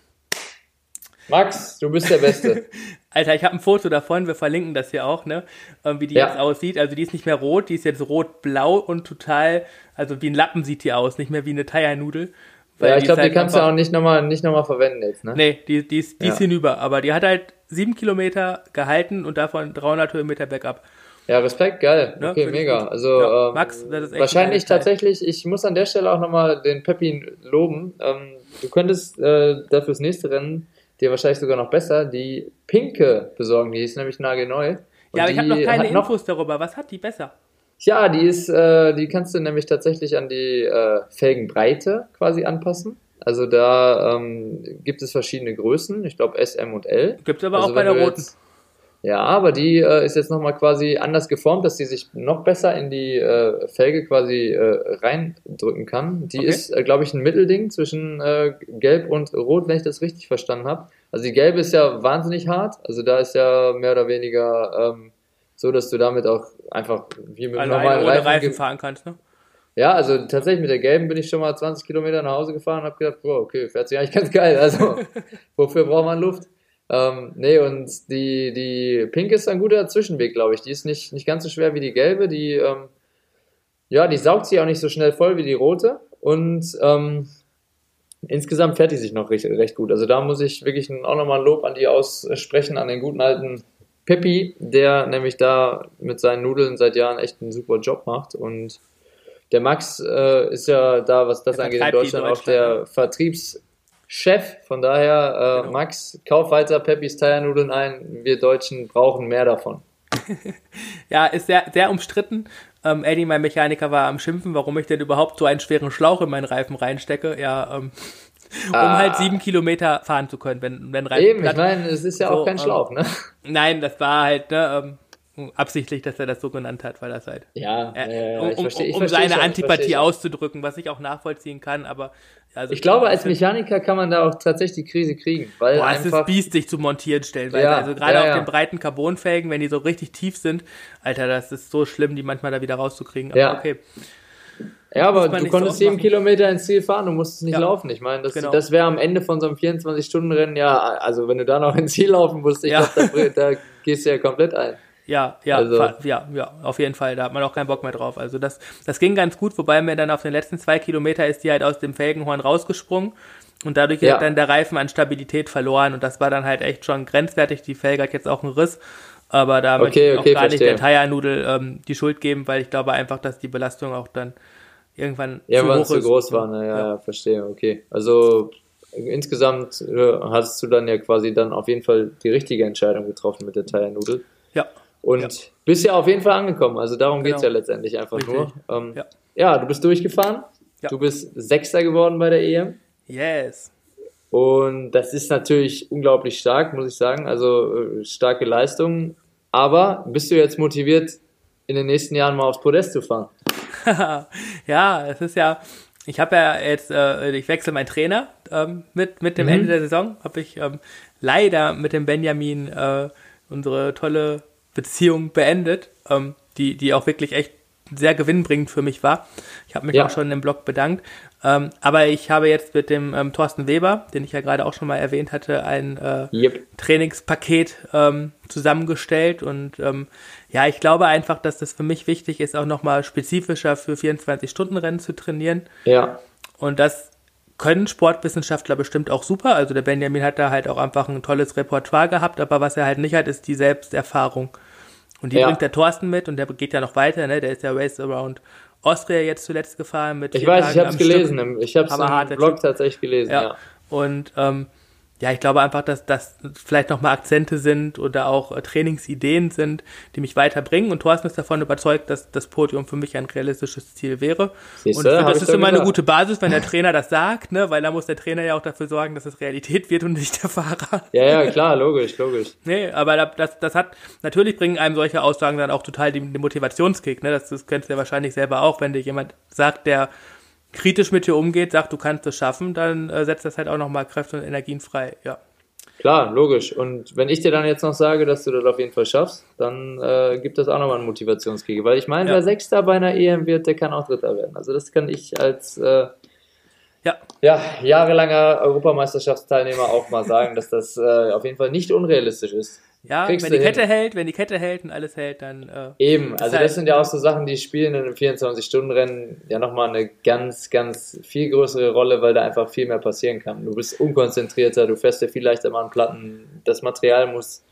Max, du bist der Beste. Alter, ich habe ein Foto davon, wir verlinken das hier auch, ne, ähm, wie die Ja. jetzt aussieht. Also die ist nicht mehr rot, die ist jetzt rot-blau und total, also wie ein Lappen sieht die aus, nicht mehr wie eine Tire-Nudel. Ja, ich die glaube, ist die halt kannst du einfach- auch nicht nochmal nicht noch mal verwenden jetzt, ne? Nee, die, die ist, die ist Ja. hinüber, aber die hat halt sieben Kilometer gehalten und davon dreihundert Höhenmeter bergab. Ja, Respekt, geil. Ne? Okay, Find ich mega. gut. Also Ja, ähm, Max, das ist echt wahrscheinlich eine geile Zeit. tatsächlich, ich muss an der Stelle auch nochmal den Peppi loben. Ähm, du könntest äh, dafür das nächste Rennen dir wahrscheinlich sogar noch besser die pinke besorgen. Die ist nämlich nagelneu. Ja, Und aber ich habe noch die keine hat noch, Infos darüber. Was hat die besser? ja, die ist, äh, die kannst du nämlich tatsächlich an die äh, Felgenbreite quasi anpassen. Also da ähm, gibt es verschiedene Größen. Ich glaube S, M und L. Gibt's aber auch Also bei wenn der du roten. jetzt ja, aber die äh, ist jetzt nochmal quasi anders geformt, dass die sich noch besser in die äh, Felge quasi äh, reindrücken kann. Die Okay. ist, äh, glaube ich, ein Mittelding zwischen äh, Gelb und Rot, wenn ich das richtig verstanden habe. Also die Gelbe ist ja wahnsinnig hart. Also da ist ja mehr oder weniger ähm, so, dass du damit auch einfach wie mit einem Also eine normalen ohne Reifen... Reifen ge- fahren kannst, ne? Ja, also tatsächlich mit der Gelben bin ich schon mal zwanzig Kilometer nach Hause gefahren und habe gedacht, boah, okay, fährt sich eigentlich ganz geil. Also wofür braucht man Luft? Ähm, nee, und die, die Pink ist ein guter Zwischenweg, glaube ich. Die ist nicht, nicht ganz so schwer wie die gelbe. Die, ähm, ja, die saugt sich auch nicht so schnell voll wie die rote. Und ähm, insgesamt fährt die sich noch recht, recht gut. Also da muss ich wirklich auch nochmal ein Lob an die aussprechen, an den guten alten Peppi, der nämlich da mit seinen Nudeln seit Jahren echt einen super Job macht. Und der Max äh, ist ja da, was das Der angeht, in vertreibt die in Deutschland auch Deutschland, der Vertriebschef. Von daher, äh, Genau. Max, kauf weiter Peppis Thai-Nudeln ein. Wir Deutschen brauchen mehr davon. Ja, ist sehr, sehr umstritten. Ähm, Eddie, mein Mechaniker, war am Schimpfen, warum ich denn überhaupt so einen schweren Schlauch in meinen Reifen reinstecke. Ja, ähm, um Ah, halt sieben Kilometer fahren zu können, wenn, wenn Reifen eben, ich platt. meine, es ist ja So, auch kein ähm, Schlauch, ne? Nein, das war halt ne, ähm, absichtlich, dass er das so genannt hat, weil das halt Ja, ja, äh, ja, um, ich um, verstehe, ich um verstehe seine schon, ich Antipathie verstehe schon. auszudrücken, was ich auch nachvollziehen kann, aber also Ich glaube, als es ist- Mechaniker kann man da auch tatsächlich die Krise kriegen, weil Boah, es ist einfach, biestig zu montieren stellenweise. ja, Also gerade ja, auf ja, den breiten Carbonfelgen, wenn die so richtig tief sind, Alter, das ist so schlimm, die manchmal da wieder rauszukriegen. Aber ja. okay, Ja, aber muss man du nicht so konntest oft sieben machen. Kilometer ins Ziel fahren, du musstest nicht Ja, laufen. Ich meine, das, genau. das wäre am Ende von so einem vierundzwanzig-Stunden-Rennen, ja, also wenn du da noch ins Ziel laufen musst, ich Ja. glaube, da, da gehst du ja komplett ein. Ja, ja, Also- fa- ja, ja, auf jeden Fall. Da hat man auch keinen Bock mehr drauf. Also das, das ging ganz gut, wobei mir dann auf den letzten zwei Kilometer ist die halt aus dem Felgenhorn rausgesprungen und dadurch Ja. hat dann der Reifen an Stabilität verloren und das war dann halt echt schon grenzwertig. Die Felge hat jetzt auch einen Riss, aber da möchte Okay, ich auch okay, gar nicht verstehe. der Tire-Nudel ähm, die Schuld geben, weil ich glaube einfach, dass die Belastung auch dann irgendwann Ja, zu weil hoch es zu ist. groß war, ne? Ja, ja, verstehe, okay. Also insgesamt äh, hast du dann ja quasi dann auf jeden Fall die richtige Entscheidung getroffen mit der Thai-Nudel. Ja, Und Ja. bist ja auf jeden Fall angekommen. Also darum Genau. geht's ja letztendlich einfach Richtig. nur. Ähm, Ja. ja. du bist durchgefahren. Ja. Du bist Sechster geworden bei der E M. yes. Und das ist natürlich unglaublich stark, muss ich sagen. Also äh, starke Leistung. Aber bist du jetzt motiviert, in den nächsten Jahren mal aufs Podest zu fahren? Ja, es ist ja, ich habe ja jetzt, äh, ich wechsle meinen Trainer ähm, mit, mit dem Mhm. Ende der Saison, habe ich ähm, leider mit dem Benjamin äh, unsere tolle Beziehung beendet, ähm, die, die auch wirklich echt sehr gewinnbringend für mich war. Ich habe mich Ja. auch schon im Blog bedankt. Ähm, aber ich habe jetzt mit dem ähm, Thorsten Weber, den ich ja gerade auch schon mal erwähnt hatte, ein äh, Yep. Trainingspaket ähm, zusammengestellt und ähm, ja, ich glaube einfach, dass das für mich wichtig ist, auch nochmal spezifischer für vierundzwanzig-Stunden-Rennen zu trainieren Ja. und das können Sportwissenschaftler bestimmt auch super, also der Benjamin hat da halt auch einfach ein tolles Repertoire gehabt, aber was er halt nicht hat, ist die Selbsterfahrung und die Ja. bringt der Thorsten mit und der geht ja noch weiter, ne? Der ist ja Race Around Austria jetzt zuletzt gefahren mit Ich vier weiß, ich Tagen habe es am Stück. gelesen. im- Ich habe es Aber hart, im der Blog Typ. tatsächlich gelesen. Ja. Ja. Und ähm, ja, ich glaube einfach, dass das vielleicht nochmal Akzente sind oder auch äh, Trainingsideen sind, die mich weiterbringen. Und Thorsten ist davon überzeugt, dass das Podium für mich ein realistisches Ziel wäre. Siehste, und ich finde, hab das ich ist doch immer eine gesagt. gute Basis, wenn der Trainer das sagt, ne? Weil da muss der Trainer ja auch dafür sorgen, dass es Realität wird und nicht der Fahrer. Ja, ja, klar, logisch, logisch. Nee, aber da- das, das hat, natürlich bringen einem solche Aussagen dann auch total den, den Motivationskick, ne? Das, das kennst du ja wahrscheinlich selber auch, wenn dir jemand sagt, der kritisch mit dir umgeht, sagt, du kannst es schaffen, dann äh, setzt das halt auch nochmal Kräfte und Energien frei, ja. Klar, logisch. Und wenn ich dir dann jetzt noch sage, dass du das auf jeden Fall schaffst, dann äh, gibt das auch nochmal einen Motivationskick. Weil ich meine, Ja. wer Sechster bei einer E M wird, der kann auch Dritter werden. Also das kann ich als äh, Ja, ja, jahrelanger Europameisterschaftsteilnehmer auch mal sagen, dass das äh, auf jeden Fall nicht unrealistisch ist. ja, Kriegst wenn du die hin. Kette hält, wenn die Kette hält und alles hält, dann äh, Eben, Ist also halt- das sind ja auch so Sachen, die spielen in einem vierundzwanzig-Stunden-Rennen ja nochmal eine ganz, ganz viel größere Rolle, weil da einfach viel mehr passieren kann. Du bist unkonzentrierter, du fährst dir viel leichter mal an Platten, das Material muss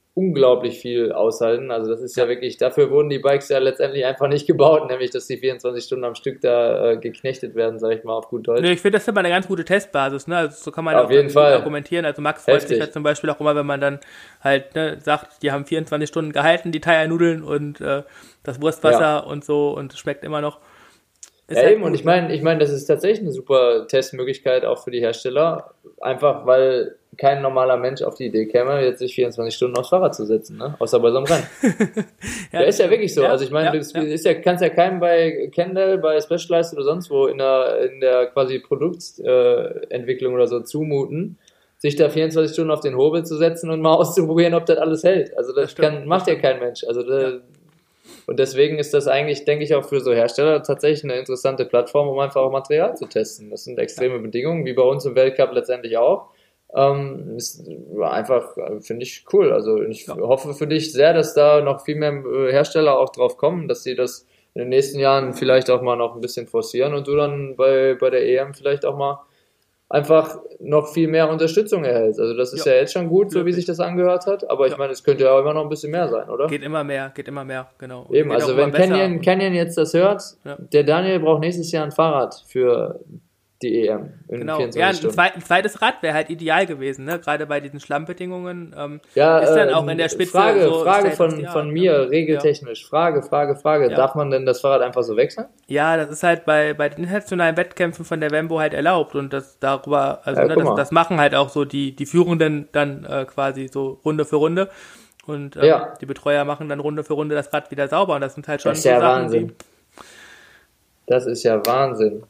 unglaublich viel aushalten. Also das ist ja wirklich, dafür wurden die Bikes ja letztendlich einfach nicht gebaut, nämlich dass die vierundzwanzig Stunden am Stück da äh, geknechtet werden, sage ich mal auf gut Deutsch. Nee, ich finde, das ist immer eine ganz gute Testbasis, ne? Also so kann man auf auch jeden Fall argumentieren. Also Max freut Heftig. sich ja zum Beispiel auch immer, wenn man dann halt ne, sagt, die haben vierundzwanzig Stunden gehalten, die Thai-Nudeln und äh, das Wurstwasser ja. und so und es schmeckt immer noch. Ist ja halt eben, gut, und ich meine, ich meine, das ist tatsächlich eine super Testmöglichkeit auch für die Hersteller, einfach weil kein normaler Mensch auf die Idee käme, jetzt sich vierundzwanzig Stunden aufs Fahrrad zu setzen, ne? Außer bei so einem Rennen. ja, ja, ist ja wirklich so. Ja, also ich meine, ja, du ja. ja, kannst ja keinem bei Kendall, bei Specialized oder sonst wo in der, in der quasi Produktentwicklung äh, oder so zumuten, sich da vierundzwanzig Stunden auf den Hobel zu setzen und mal auszuprobieren, ob das alles hält. Also das, das kann, macht ja kein Mensch. Also da, ja. Und deswegen ist das eigentlich, denke ich, auch für so Hersteller tatsächlich eine interessante Plattform, um einfach auch Material zu testen. Das sind extreme ja. Bedingungen, wie bei uns im Weltcup letztendlich auch. Ähm, ist einfach, finde ich, cool. Also ich ja. hoffe für dich sehr, dass da noch viel mehr Hersteller auch drauf kommen, dass sie das in den nächsten Jahren vielleicht auch mal noch ein bisschen forcieren und du dann bei, bei der E M vielleicht auch mal einfach noch viel mehr Unterstützung erhältst. Also das ist ja, ja jetzt schon gut, so wie sich das angehört hat, aber ich ja. meine, es könnte ja auch immer noch ein bisschen mehr sein, oder? Geht immer mehr, geht immer mehr, genau. Und eben, also wenn Canyon, Canyon jetzt das hört, ja. der Daniel braucht nächstes Jahr ein Fahrrad für die E M in genau. vierundzwanzig ja, ein, Stunden. Zweit, ein zweites Rad wäre halt ideal gewesen, ne? Gerade bei diesen Schlammbedingungen. Ähm, ja, ist dann äh, auch in der Spitze Frage, so Frage von, von mir, ne? regeltechnisch. Ja. Frage, Frage, Frage. Ja. Darf man denn das Fahrrad einfach so wechseln? Ja, das ist halt bei, bei den internationalen Wettkämpfen von der Wembo halt erlaubt und das darüber, also ja, ne, das, das machen halt auch so die, die Führenden dann äh, quasi so Runde für Runde und ähm, ja. die Betreuer machen dann Runde für Runde das Rad wieder sauber und das sind halt schon das ist so ja Sachen, Wahnsinn. Die das ist ja Wahnsinn.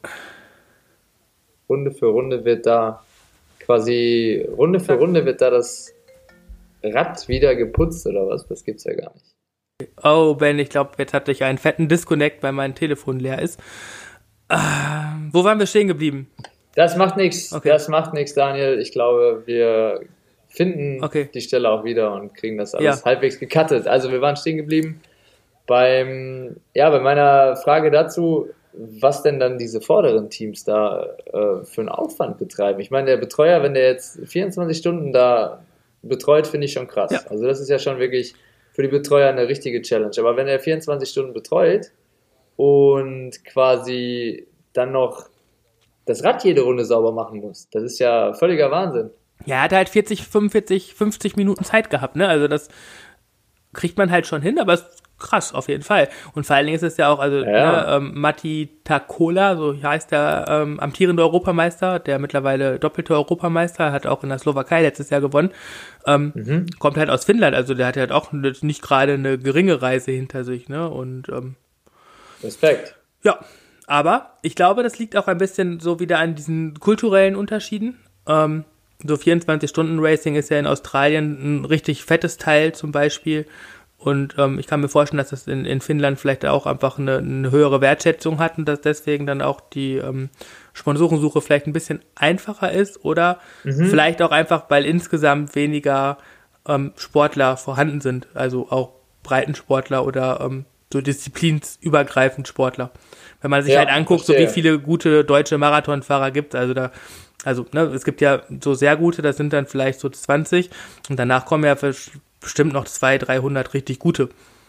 Runde für Runde wird da quasi, Runde für Runde wird da das Rad wieder geputzt oder was? Das gibt's ja gar nicht. Oh, Ben, ich glaube, jetzt hatte ich einen fetten Disconnect, weil mein Telefon leer ist. Äh, wo waren wir stehen geblieben? Das macht nichts, okay. das macht nichts, Daniel. Ich glaube, wir finden okay. die Stelle auch wieder und kriegen das alles ja. halbwegs gecuttet. Also wir waren stehen geblieben beim, ja, bei meiner Frage dazu, was denn dann diese vorderen Teams da äh, für einen Aufwand betreiben. Ich meine, der Betreuer, wenn der jetzt vierundzwanzig Stunden da betreut, finde ich schon krass. Ja. Also das ist ja schon wirklich für die Betreuer eine richtige Challenge. Aber wenn er vierundzwanzig Stunden betreut und quasi dann noch das Rad jede Runde sauber machen muss, das ist ja völliger Wahnsinn. Ja, er hat halt vierzig, fünfundvierzig, fünfzig Minuten Zeit gehabt, ne? Also das kriegt man halt schon hin, aber es krass, auf jeden Fall. Und vor allen Dingen ist es ja auch, also ja. ne, ähm, Matti Takola, so heißt der ähm, amtierende Europameister, der mittlerweile doppelte Europameister, hat auch in der Slowakei letztes Jahr gewonnen, ähm, mhm. kommt halt aus Finnland, also der hat halt auch nicht gerade eine geringe Reise hinter sich, ne, und ähm, Respekt. Ja, aber ich glaube, das liegt auch ein bisschen so wieder an diesen kulturellen Unterschieden. Ähm, so vierundzwanzig-Stunden-Racing ist ja in Australien ein richtig fettes Teil zum Beispiel. Und ähm, ich kann mir vorstellen, dass das in, in Finnland vielleicht auch einfach eine, eine höhere Wertschätzung hat und dass deswegen dann auch die ähm, Sponsorensuche vielleicht ein bisschen einfacher ist oder mhm. vielleicht auch einfach, weil insgesamt weniger ähm, Sportler vorhanden sind, also auch Breitensportler oder ähm, so disziplinübergreifend Sportler. Wenn man sich ja, halt anguckt, verstehe. So wie viele gute deutsche Marathonfahrer gibt, also da also ne, es gibt ja so sehr gute, das sind dann vielleicht so zwanzig und danach kommen ja bestimmt noch zweihundert, dreihundert richtig gute.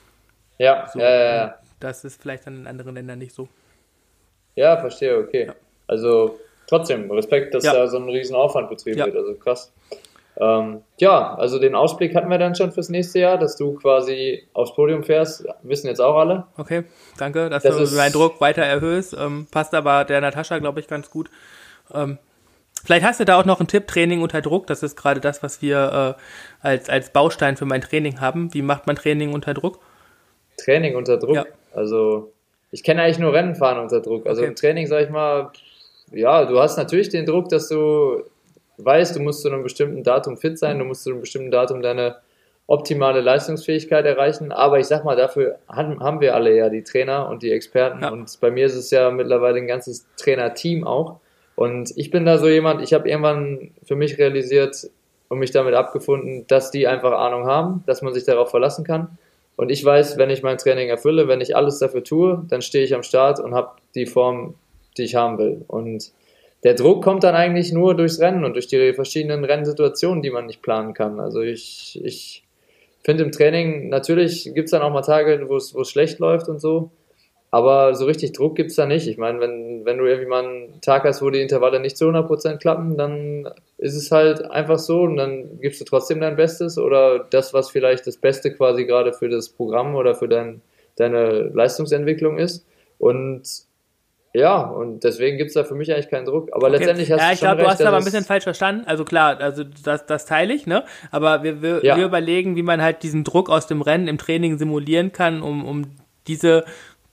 Ja, so, ja, ja, ja. Das ist vielleicht dann in anderen Ländern nicht so. Ja, verstehe, okay. Ja. Also trotzdem, Respekt, dass ja. da so ein riesen Aufwand betrieben ja. wird, also krass. Ähm, ja, also den Ausblick hatten wir dann schon fürs nächste Jahr, dass du quasi aufs Podium fährst, wissen jetzt auch alle. Okay, danke, dass das du meinen Druck weiter erhöhst. Ähm, passt aber der Natascha, glaube ich, ganz gut. Ähm, Vielleicht hast du da auch noch einen Tipp, Training unter Druck. Das ist gerade das, was wir äh, als, als Baustein für mein Training haben. Wie macht man Training unter Druck? Training unter Druck? Ja. Also ich kenne eigentlich nur Rennen fahren unter Druck. Also okay. Im Training, sag ich mal, ja, du hast natürlich den Druck, dass du weißt, du musst zu einem bestimmten Datum fit sein, du musst zu einem bestimmten Datum deine optimale Leistungsfähigkeit erreichen. Aber ich sag mal, dafür haben wir alle ja die Trainer und die Experten. Ja. Und bei mir ist es ja mittlerweile ein ganzes Trainerteam auch. Und ich bin da so jemand, ich habe irgendwann für mich realisiert und mich damit abgefunden, dass die einfach Ahnung haben, dass man sich darauf verlassen kann. Und ich weiß, wenn ich mein Training erfülle, wenn ich alles dafür tue, dann stehe ich am Start und habe die Form, die ich haben will. Und der Druck kommt dann eigentlich nur durchs Rennen und durch die verschiedenen Rennsituationen, die man nicht planen kann. Also ich, ich finde im Training, natürlich gibt es dann auch mal Tage, wo es schlecht läuft und so, aber so richtig Druck gibt es da nicht. Ich meine, wenn, wenn du irgendwie mal einen Tag hast, wo die Intervalle nicht zu hundert Prozent klappen, dann ist es halt einfach so und dann gibst du trotzdem dein Bestes oder das, was vielleicht das Beste quasi gerade für das Programm oder für dein, deine Leistungsentwicklung ist. Und ja, und deswegen gibt es da für mich eigentlich keinen Druck. Aber okay. letztendlich hast ja, du ich schon glaub, recht. Ja, ich glaube, du hast es aber ein bisschen falsch verstanden. Also klar, also das, das teile ich, ne? Aber wir, wir, ja. wir überlegen, wie man halt diesen Druck aus dem Rennen im Training simulieren kann, um, um diese,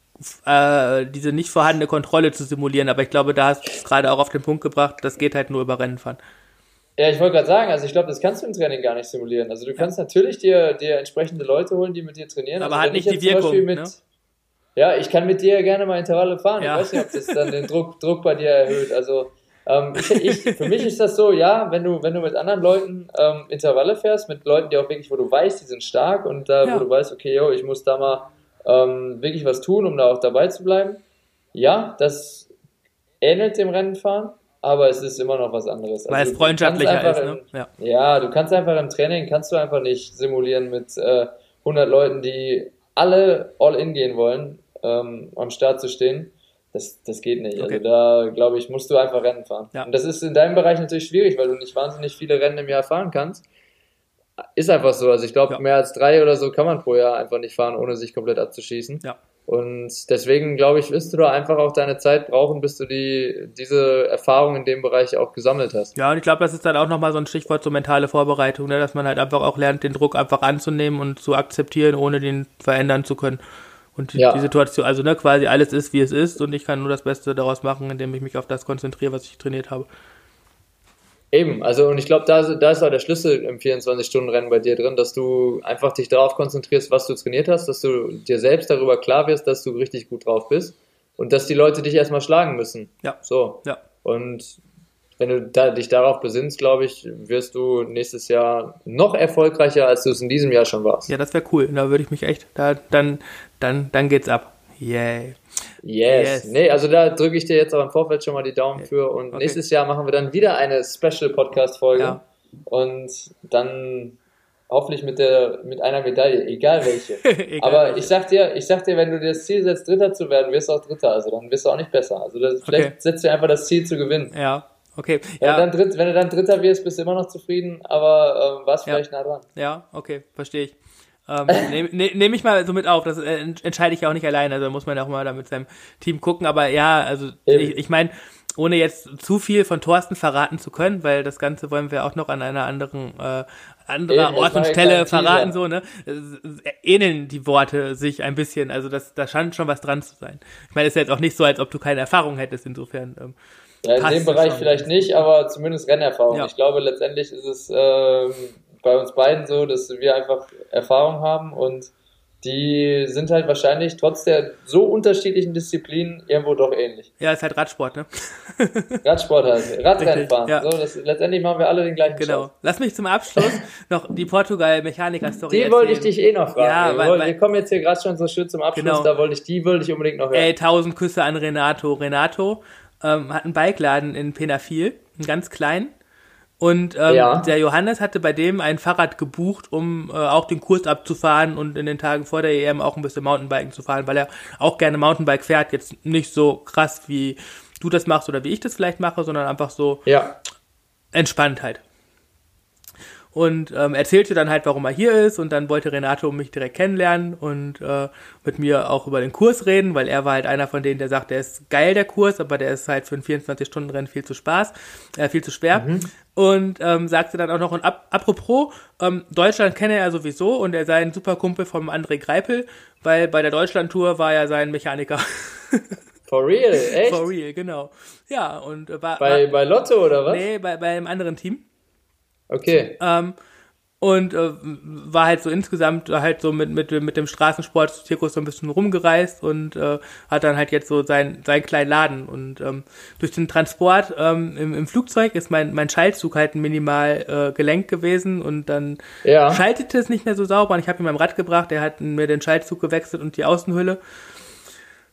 äh, diese nicht vorhandene Kontrolle zu simulieren. Aber ich glaube, da hast du es gerade auch auf den Punkt gebracht, das geht halt nur über Rennenfahren. Ja, ich wollte gerade sagen, also ich glaube, das kannst du im Training gar nicht simulieren. Also du kannst ja. natürlich dir, dir entsprechende Leute holen, die mit dir trainieren. Aber also hat nicht die Wirkung, mit, ne? Ja, ich kann mit dir gerne mal Intervalle fahren. Ja. Ich weiß nicht, ob das dann den Druck, Druck bei dir erhöht. Also ähm, ich, ich, für mich ist das so, ja, wenn du, wenn du mit anderen Leuten ähm, Intervalle fährst, mit Leuten, die auch wirklich, wo du weißt, die sind stark und da, äh, ja. wo du weißt, okay, yo, ich muss da mal ähm, wirklich was tun, um da auch dabei zu bleiben. Ja, das ähnelt dem Rennenfahren, aber es ist immer noch was anderes. Weil also, es freundschaftlicher ist, ne? Im, ja. ja, du kannst einfach im Training, kannst du einfach nicht simulieren mit äh, hundert Leuten, die alle all in gehen wollen, ähm, am Start zu stehen. Das, das geht nicht. Okay. Also da, glaube ich, musst du einfach Rennen fahren. Ja. Und das ist in deinem Bereich natürlich schwierig, weil du nicht wahnsinnig viele Rennen im Jahr fahren kannst. Ist einfach so. Also ich glaube, ja. mehr als drei oder so kann man pro Jahr einfach nicht fahren, ohne sich komplett abzuschießen. Ja. Und deswegen, glaube ich, wirst du da einfach auch deine Zeit brauchen, bis du die, diese Erfahrung in dem Bereich auch gesammelt hast. Ja, und ich glaube, das ist dann auch nochmal so ein Stichwort zur mentale Vorbereitung, ne? Dass man halt einfach auch lernt, den Druck einfach anzunehmen und zu akzeptieren, ohne den verändern zu können. Und die, ja. die Situation, also ne, quasi alles ist, wie es ist und ich kann nur das Beste daraus machen, indem ich mich auf das konzentriere, was ich trainiert habe. Eben, also und ich glaube, da, da ist auch der Schlüssel im vierundzwanzig-Stunden-Rennen bei dir drin, dass du einfach dich darauf konzentrierst, was du trainiert hast, dass du dir selbst darüber klar wirst, dass du richtig gut drauf bist und dass die Leute dich erstmal schlagen müssen. Ja. So. Ja. Und wenn du da, dich darauf besinnst, glaube ich, wirst du nächstes Jahr noch erfolgreicher, als du es in diesem Jahr schon warst. Ja, das wäre cool. Da würde ich mich echt, da, dann, dann, dann geht's ab. Yay. Yes. yes. Nee, also da drücke ich dir jetzt aber im Vorfeld schon mal die Daumen für und okay. nächstes Jahr machen wir dann wieder eine Special-Podcast-Folge ja. und dann hoffentlich mit der mit einer Medaille, egal welche. egal aber welche. ich sag dir, ich sag dir, wenn du dir das Ziel setzt, Dritter zu werden, wirst du auch Dritter, also dann wirst du auch nicht besser. Also das, vielleicht okay. setzt du einfach das Ziel zu gewinnen. Ja. Okay. Wenn, ja. du dann Dritt, wenn du dann Dritter wirst, bist du immer noch zufrieden, aber ähm, warst ja. vielleicht nah dran. Ja, okay, verstehe ich. Ähm, Nehme ne, nehm ich mal so mit auf, das äh, entscheide ich ja auch nicht alleine, also da muss man ja auch mal da mit seinem Team gucken, aber ja, also Eben. ich, ich meine, ohne jetzt zu viel von Thorsten verraten zu können, weil das Ganze wollen wir auch noch an einer anderen äh, anderer Ort und Stelle verraten, so, ne? Ähneln die Worte sich ein bisschen, also das, da scheint schon was dran zu sein. Ich meine, es ist jetzt auch nicht so, als ob du keine Erfahrung hättest, insofern. Ähm, ja, in dem Bereich vielleicht nicht, aber zumindest Rennerfahrung. Ja. Ich glaube, letztendlich ist es ähm, bei uns beiden so, dass wir einfach Erfahrung haben und die sind halt wahrscheinlich trotz der so unterschiedlichen Disziplinen irgendwo doch ähnlich. Ja, ist halt Radsport, ne? Radsport halt, Radrennfahren. Ja. So, das, letztendlich machen wir alle den gleichen Genau. Scheiß. Lass mich zum Abschluss noch die Portugal-Mechaniker-Story Die erzählen. wollte ich dich eh noch fragen. Ja, wir, weil, wollen, weil, wir kommen jetzt hier gerade schon so schön zum Abschluss, genau. da wollte ich die wollte ich unbedingt noch hören. Ey, tausend Küsse an Renato. Renato ähm, hat einen Bikeladen in Penafil, einen ganz kleinen. Und ähm, ja. der Johannes hatte bei dem ein Fahrrad gebucht, um äh, auch den Kurs abzufahren und in den Tagen vor der E M auch ein bisschen Mountainbiken zu fahren, weil er auch gerne Mountainbike fährt. Jetzt nicht so krass, wie du das machst oder wie ich das vielleicht mache, sondern einfach so ja. entspannt halt. Und ähm, erzählte dann halt, warum er hier ist und dann wollte Renato mich direkt kennenlernen und äh, mit mir auch über den Kurs reden, weil er war halt einer von denen, der sagt, der ist geil, der Kurs, aber der ist halt für ein vierundzwanzig-Stunden-Rennen viel zu Spaß, äh, viel zu schwer. Mhm. Und ähm, sagte dann auch noch, und ap- apropos, ähm, Deutschland kenne er sowieso und er sei ein super Kumpel vom André Greipel, weil bei der Deutschland-Tour war er sein Mechaniker. For real, echt? For real, genau. Ja, und äh, war, bei, war, bei Lotto oder was? Nee, bei, bei einem anderen Team. Okay. Ähm, und äh, war halt so insgesamt halt so mit mit mit dem Straßensport-Zirkus so ein bisschen rumgereist und äh, hat dann halt jetzt so sein seinen kleinen Laden und ähm, durch den Transport ähm, im, im Flugzeug ist mein mein Schaltzug halt minimal äh, gelenkt gewesen und dann ja. schaltete es nicht mehr so sauber und ich habe ihn beim Rad gebracht, er hat mir den Schaltzug gewechselt und die Außenhülle.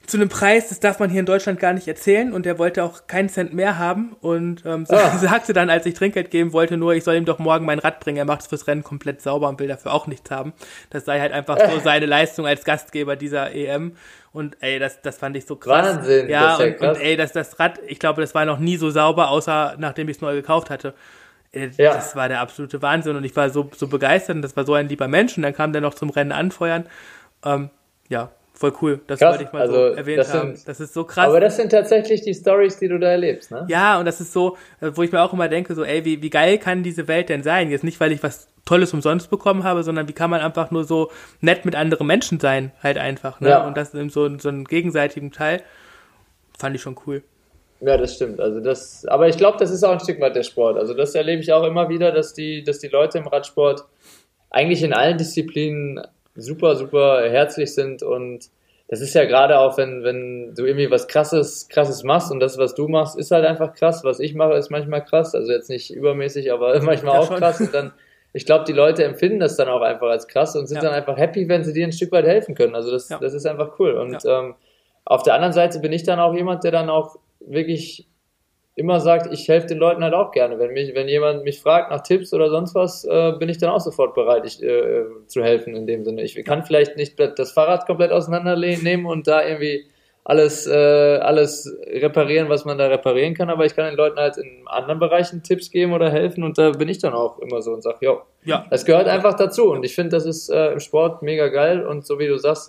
zu einem Preis, das darf man hier in Deutschland gar nicht erzählen und der wollte auch keinen Cent mehr haben und ähm, so, ah. sagte dann, als ich Trinkgeld geben wollte, nur, ich soll ihm doch morgen mein Rad bringen, er macht es fürs Rennen komplett sauber und will dafür auch nichts haben. Das sei halt einfach so seine Leistung als Gastgeber dieser E M und ey, das, das fand ich so krass. Wahnsinn, ja, das ist ja und, krass. und ey, das, das Rad, ich glaube, das war noch nie so sauber, außer nachdem ich es neu gekauft hatte. Ey, ja. Das war der absolute Wahnsinn und ich war so, so begeistert und das war so ein lieber Mensch und dann kam der noch zum Rennen anfeuern. Ähm, ja, voll cool. Das krass. wollte ich mal also, so erwähnt das haben. Sind, das ist so krass. Aber das sind tatsächlich die Storys, die du da erlebst, ne? Ja, und das ist so, wo ich mir auch immer denke, so, ey, wie, wie geil kann diese Welt denn sein? Jetzt nicht, weil ich was Tolles umsonst bekommen habe, sondern wie kann man einfach nur so nett mit anderen Menschen sein, halt einfach, ne? Ja. Und das in so, so einem gegenseitigen Teil fand ich schon cool. Ja, das stimmt. Also das, aber ich glaube, das ist auch ein Stück weit der Sport. Also das erlebe ich auch immer wieder, dass die, dass die Leute im Radsport eigentlich in allen Disziplinen super, super herzlich sind und das ist ja gerade auch, wenn, wenn du irgendwie was krasses, krasses machst und das, was du machst, ist halt einfach krass. Was ich mache, ist manchmal krass. Also jetzt nicht übermäßig, aber manchmal ja, auch schon. Krass. Und dann, ich glaube, die Leute empfinden das dann auch einfach als krass und sind ja. dann einfach happy, wenn sie dir ein Stück weit helfen können. Also das, ja. das ist einfach cool. Und ja. ähm, auf der anderen Seite bin ich dann auch jemand, der dann auch wirklich immer sagt, ich helfe den Leuten halt auch gerne. Wenn mich, wenn jemand mich fragt nach Tipps oder sonst was, äh, bin ich dann auch sofort bereit, ich, äh, zu helfen in dem Sinne. Ich kann vielleicht nicht das Fahrrad komplett auseinandernehmen und da irgendwie alles, äh, alles reparieren, was man da reparieren kann, aber ich kann den Leuten halt in anderen Bereichen Tipps geben oder helfen und da bin ich dann auch immer so und sage, jo, ja, das gehört einfach dazu und ich finde, das ist äh, im Sport mega geil und so wie du sagst,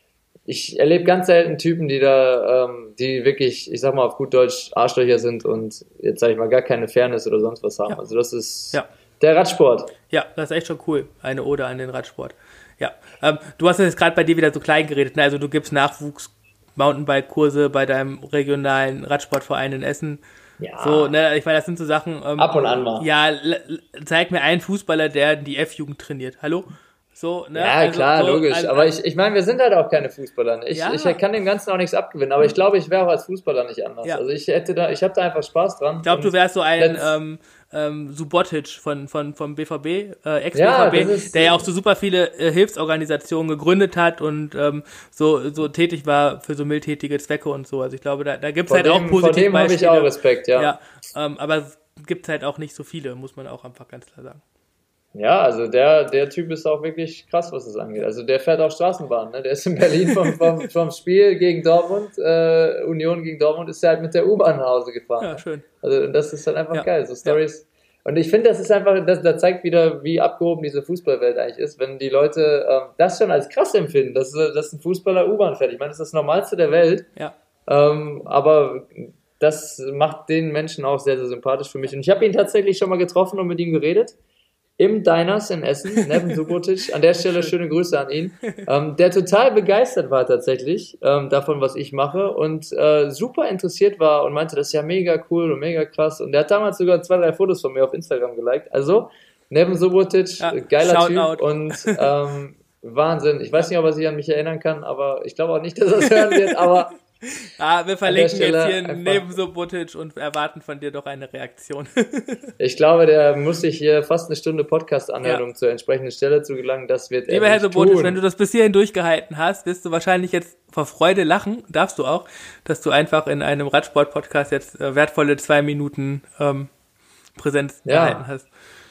ich erlebe ganz selten Typen, die da, ähm, die wirklich, ich sag mal auf gut Deutsch, Arschlöcher sind und jetzt sag ich mal gar keine Fairness oder sonst was haben. Ja. Also das ist ja. der Radsport. Ja, das ist echt schon cool. Eine Ode an den Radsport. Ja, ähm, du hast jetzt gerade bei dir wieder so klein geredet, ne? Also du gibst Nachwuchs-Mountainbike-Kurse bei deinem regionalen Radsportverein in Essen. Ja. So, ne, ich meine, das sind so Sachen. Ähm, Ab und an mal. Ja, l- l- zeig mir einen Fußballer, der die F-Jugend trainiert. Hallo? So, ne? Ja, also, klar, so, logisch. Also, aber ich, ich meine, wir sind halt auch keine Fußballer. Ich, ja. ich kann dem Ganzen auch nichts abgewinnen, aber ich glaube, ich wäre auch als Fußballer nicht anders. Ja. Also ich hätte da, ich habe da einfach Spaß dran. Ich glaube, du wärst so ein ähm, ähm, Subotic von, von, vom B V B, äh, Ex-B V B, ja, der ja auch so super viele äh, Hilfsorganisationen gegründet hat und ähm, so, so tätig war für so mildtätige Zwecke und so. Also ich glaube, da, da gibt es halt dem, auch positive Beispiele. Vor dem habe ich auch Respekt, ja. ja ähm, aber es gibt halt auch nicht so viele, muss man auch einfach ganz klar sagen. Ja, also der, der Typ ist auch wirklich krass, was das angeht. Also der fährt auch Straßenbahn, ne? Der ist in Berlin vom, vom, vom Spiel gegen Dortmund, äh, Union gegen Dortmund, ist er halt mit der U-Bahn nach Hause gefahren. Ja, schön. Also das ist halt einfach ja. geil, so Storys. Ja. Und ich finde, das ist einfach, das, das zeigt wieder, wie abgehoben diese Fußballwelt eigentlich ist, wenn die Leute ähm, das schon als krass empfinden, dass, dass ein Fußballer U-Bahn fährt. Ich meine, das ist das Normalste der Welt. Ja. Ähm, aber das macht den Menschen auch sehr, sehr sympathisch für mich. Und ich habe ihn tatsächlich schon mal getroffen und mit ihm geredet. Im Diners in Essen, Neven Subotic, an der Stelle schöne Grüße an ihn, ähm, der total begeistert war tatsächlich ähm, davon, was ich mache und äh, super interessiert war und meinte, das ist ja mega cool und mega krass und der hat damals sogar zwei, drei Fotos von mir auf Instagram geliked. Also, Neven Subotic, ja, geiler Typ out. Und ähm, Wahnsinn. Ich weiß nicht, ob er sich an mich erinnern kann, aber ich glaube auch nicht, dass er es hören wird, aber Ah, wir verlinken jetzt hier neben Subotic und erwarten von dir doch eine Reaktion. Ich glaube, der muss sich hier fast eine Stunde Podcast anhören, ja. um zur entsprechenden Stelle zu gelangen. Das wird er Lieber Herr Subotic, wenn du das bis hierhin durchgehalten hast, wirst du wahrscheinlich jetzt vor Freude lachen, darfst du auch, dass du einfach in einem Radsport-Podcast jetzt äh, wertvolle zwei Minuten ähm, Präsenz ja. erhalten hast.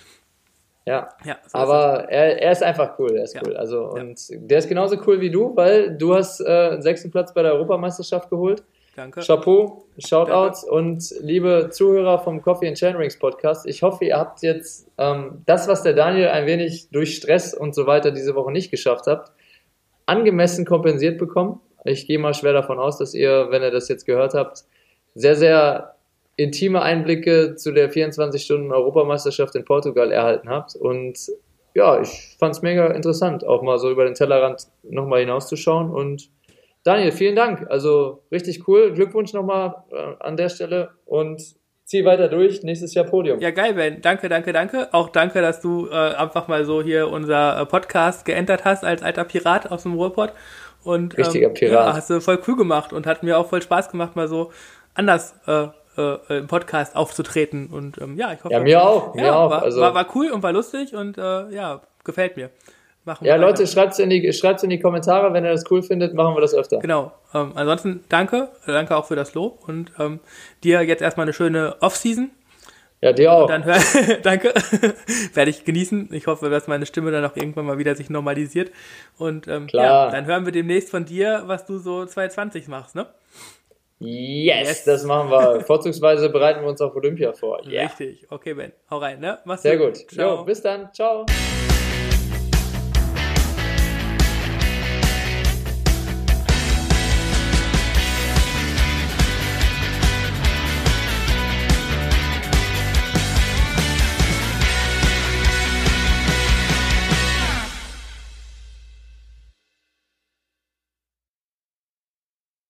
Ja, ja so aber er, er ist einfach cool, er ist ja. cool. Also und ja. der ist genauso cool wie du, weil du hast äh, einen sechsten Platz bei der Europameisterschaft geholt. Danke. Chapeau, Shoutouts und liebe Zuhörer vom Coffee and Chainrings Podcast. Ich hoffe, ihr habt jetzt ähm, das, was der Daniel ein wenig durch Stress und so weiter diese Woche nicht geschafft habt, angemessen kompensiert bekommen. Ich gehe mal schwer davon aus, dass ihr, wenn ihr das jetzt gehört habt, sehr, sehr intime Einblicke zu der vierundzwanzig Stunden Europameisterschaft in Portugal erhalten habt und ja, ich fand es mega interessant, auch mal so über den Tellerrand nochmal hinauszuschauen und Daniel, vielen Dank, also richtig cool, Glückwunsch nochmal äh, an der Stelle und zieh weiter durch, nächstes Jahr Podium. Ja, geil, Ben, danke, danke, danke, auch danke, dass du äh, einfach mal so hier unser äh, Podcast geändert hast als alter Pirat aus dem Ruhrpott und richtiger ähm, Pirat. Ja, hast du voll cool gemacht und hat mir auch voll Spaß gemacht, mal so anders äh, Äh, im Podcast aufzutreten und ähm, ja, ich hoffe. Ja, mir auch, mir ja, auch. War, also war, war cool und war lustig und äh, ja, gefällt mir. machen wir Ja, weiter. Leute, schreibt's in die, schreibt's in die Kommentare, wenn ihr das cool findet, machen wir das öfter. Genau. Ähm, ansonsten danke, danke auch für das Lob und ähm, dir jetzt erstmal eine schöne Off-Season. Ja, dir auch. Und dann hör, danke, werde ich genießen. Ich hoffe, dass meine Stimme dann auch irgendwann mal wieder sich normalisiert. Und ähm, Klar. ja, dann hören wir demnächst von dir, was du so zwanzig zwanzig machst, ne? Yes, Yes. das machen wir. Vorzugsweise bereiten wir uns auf Olympia vor. Yeah. Richtig. Okay, Ben. Hau rein, ne? Mach's Sehr gut. Ciao. Jo, bis dann. Ciao.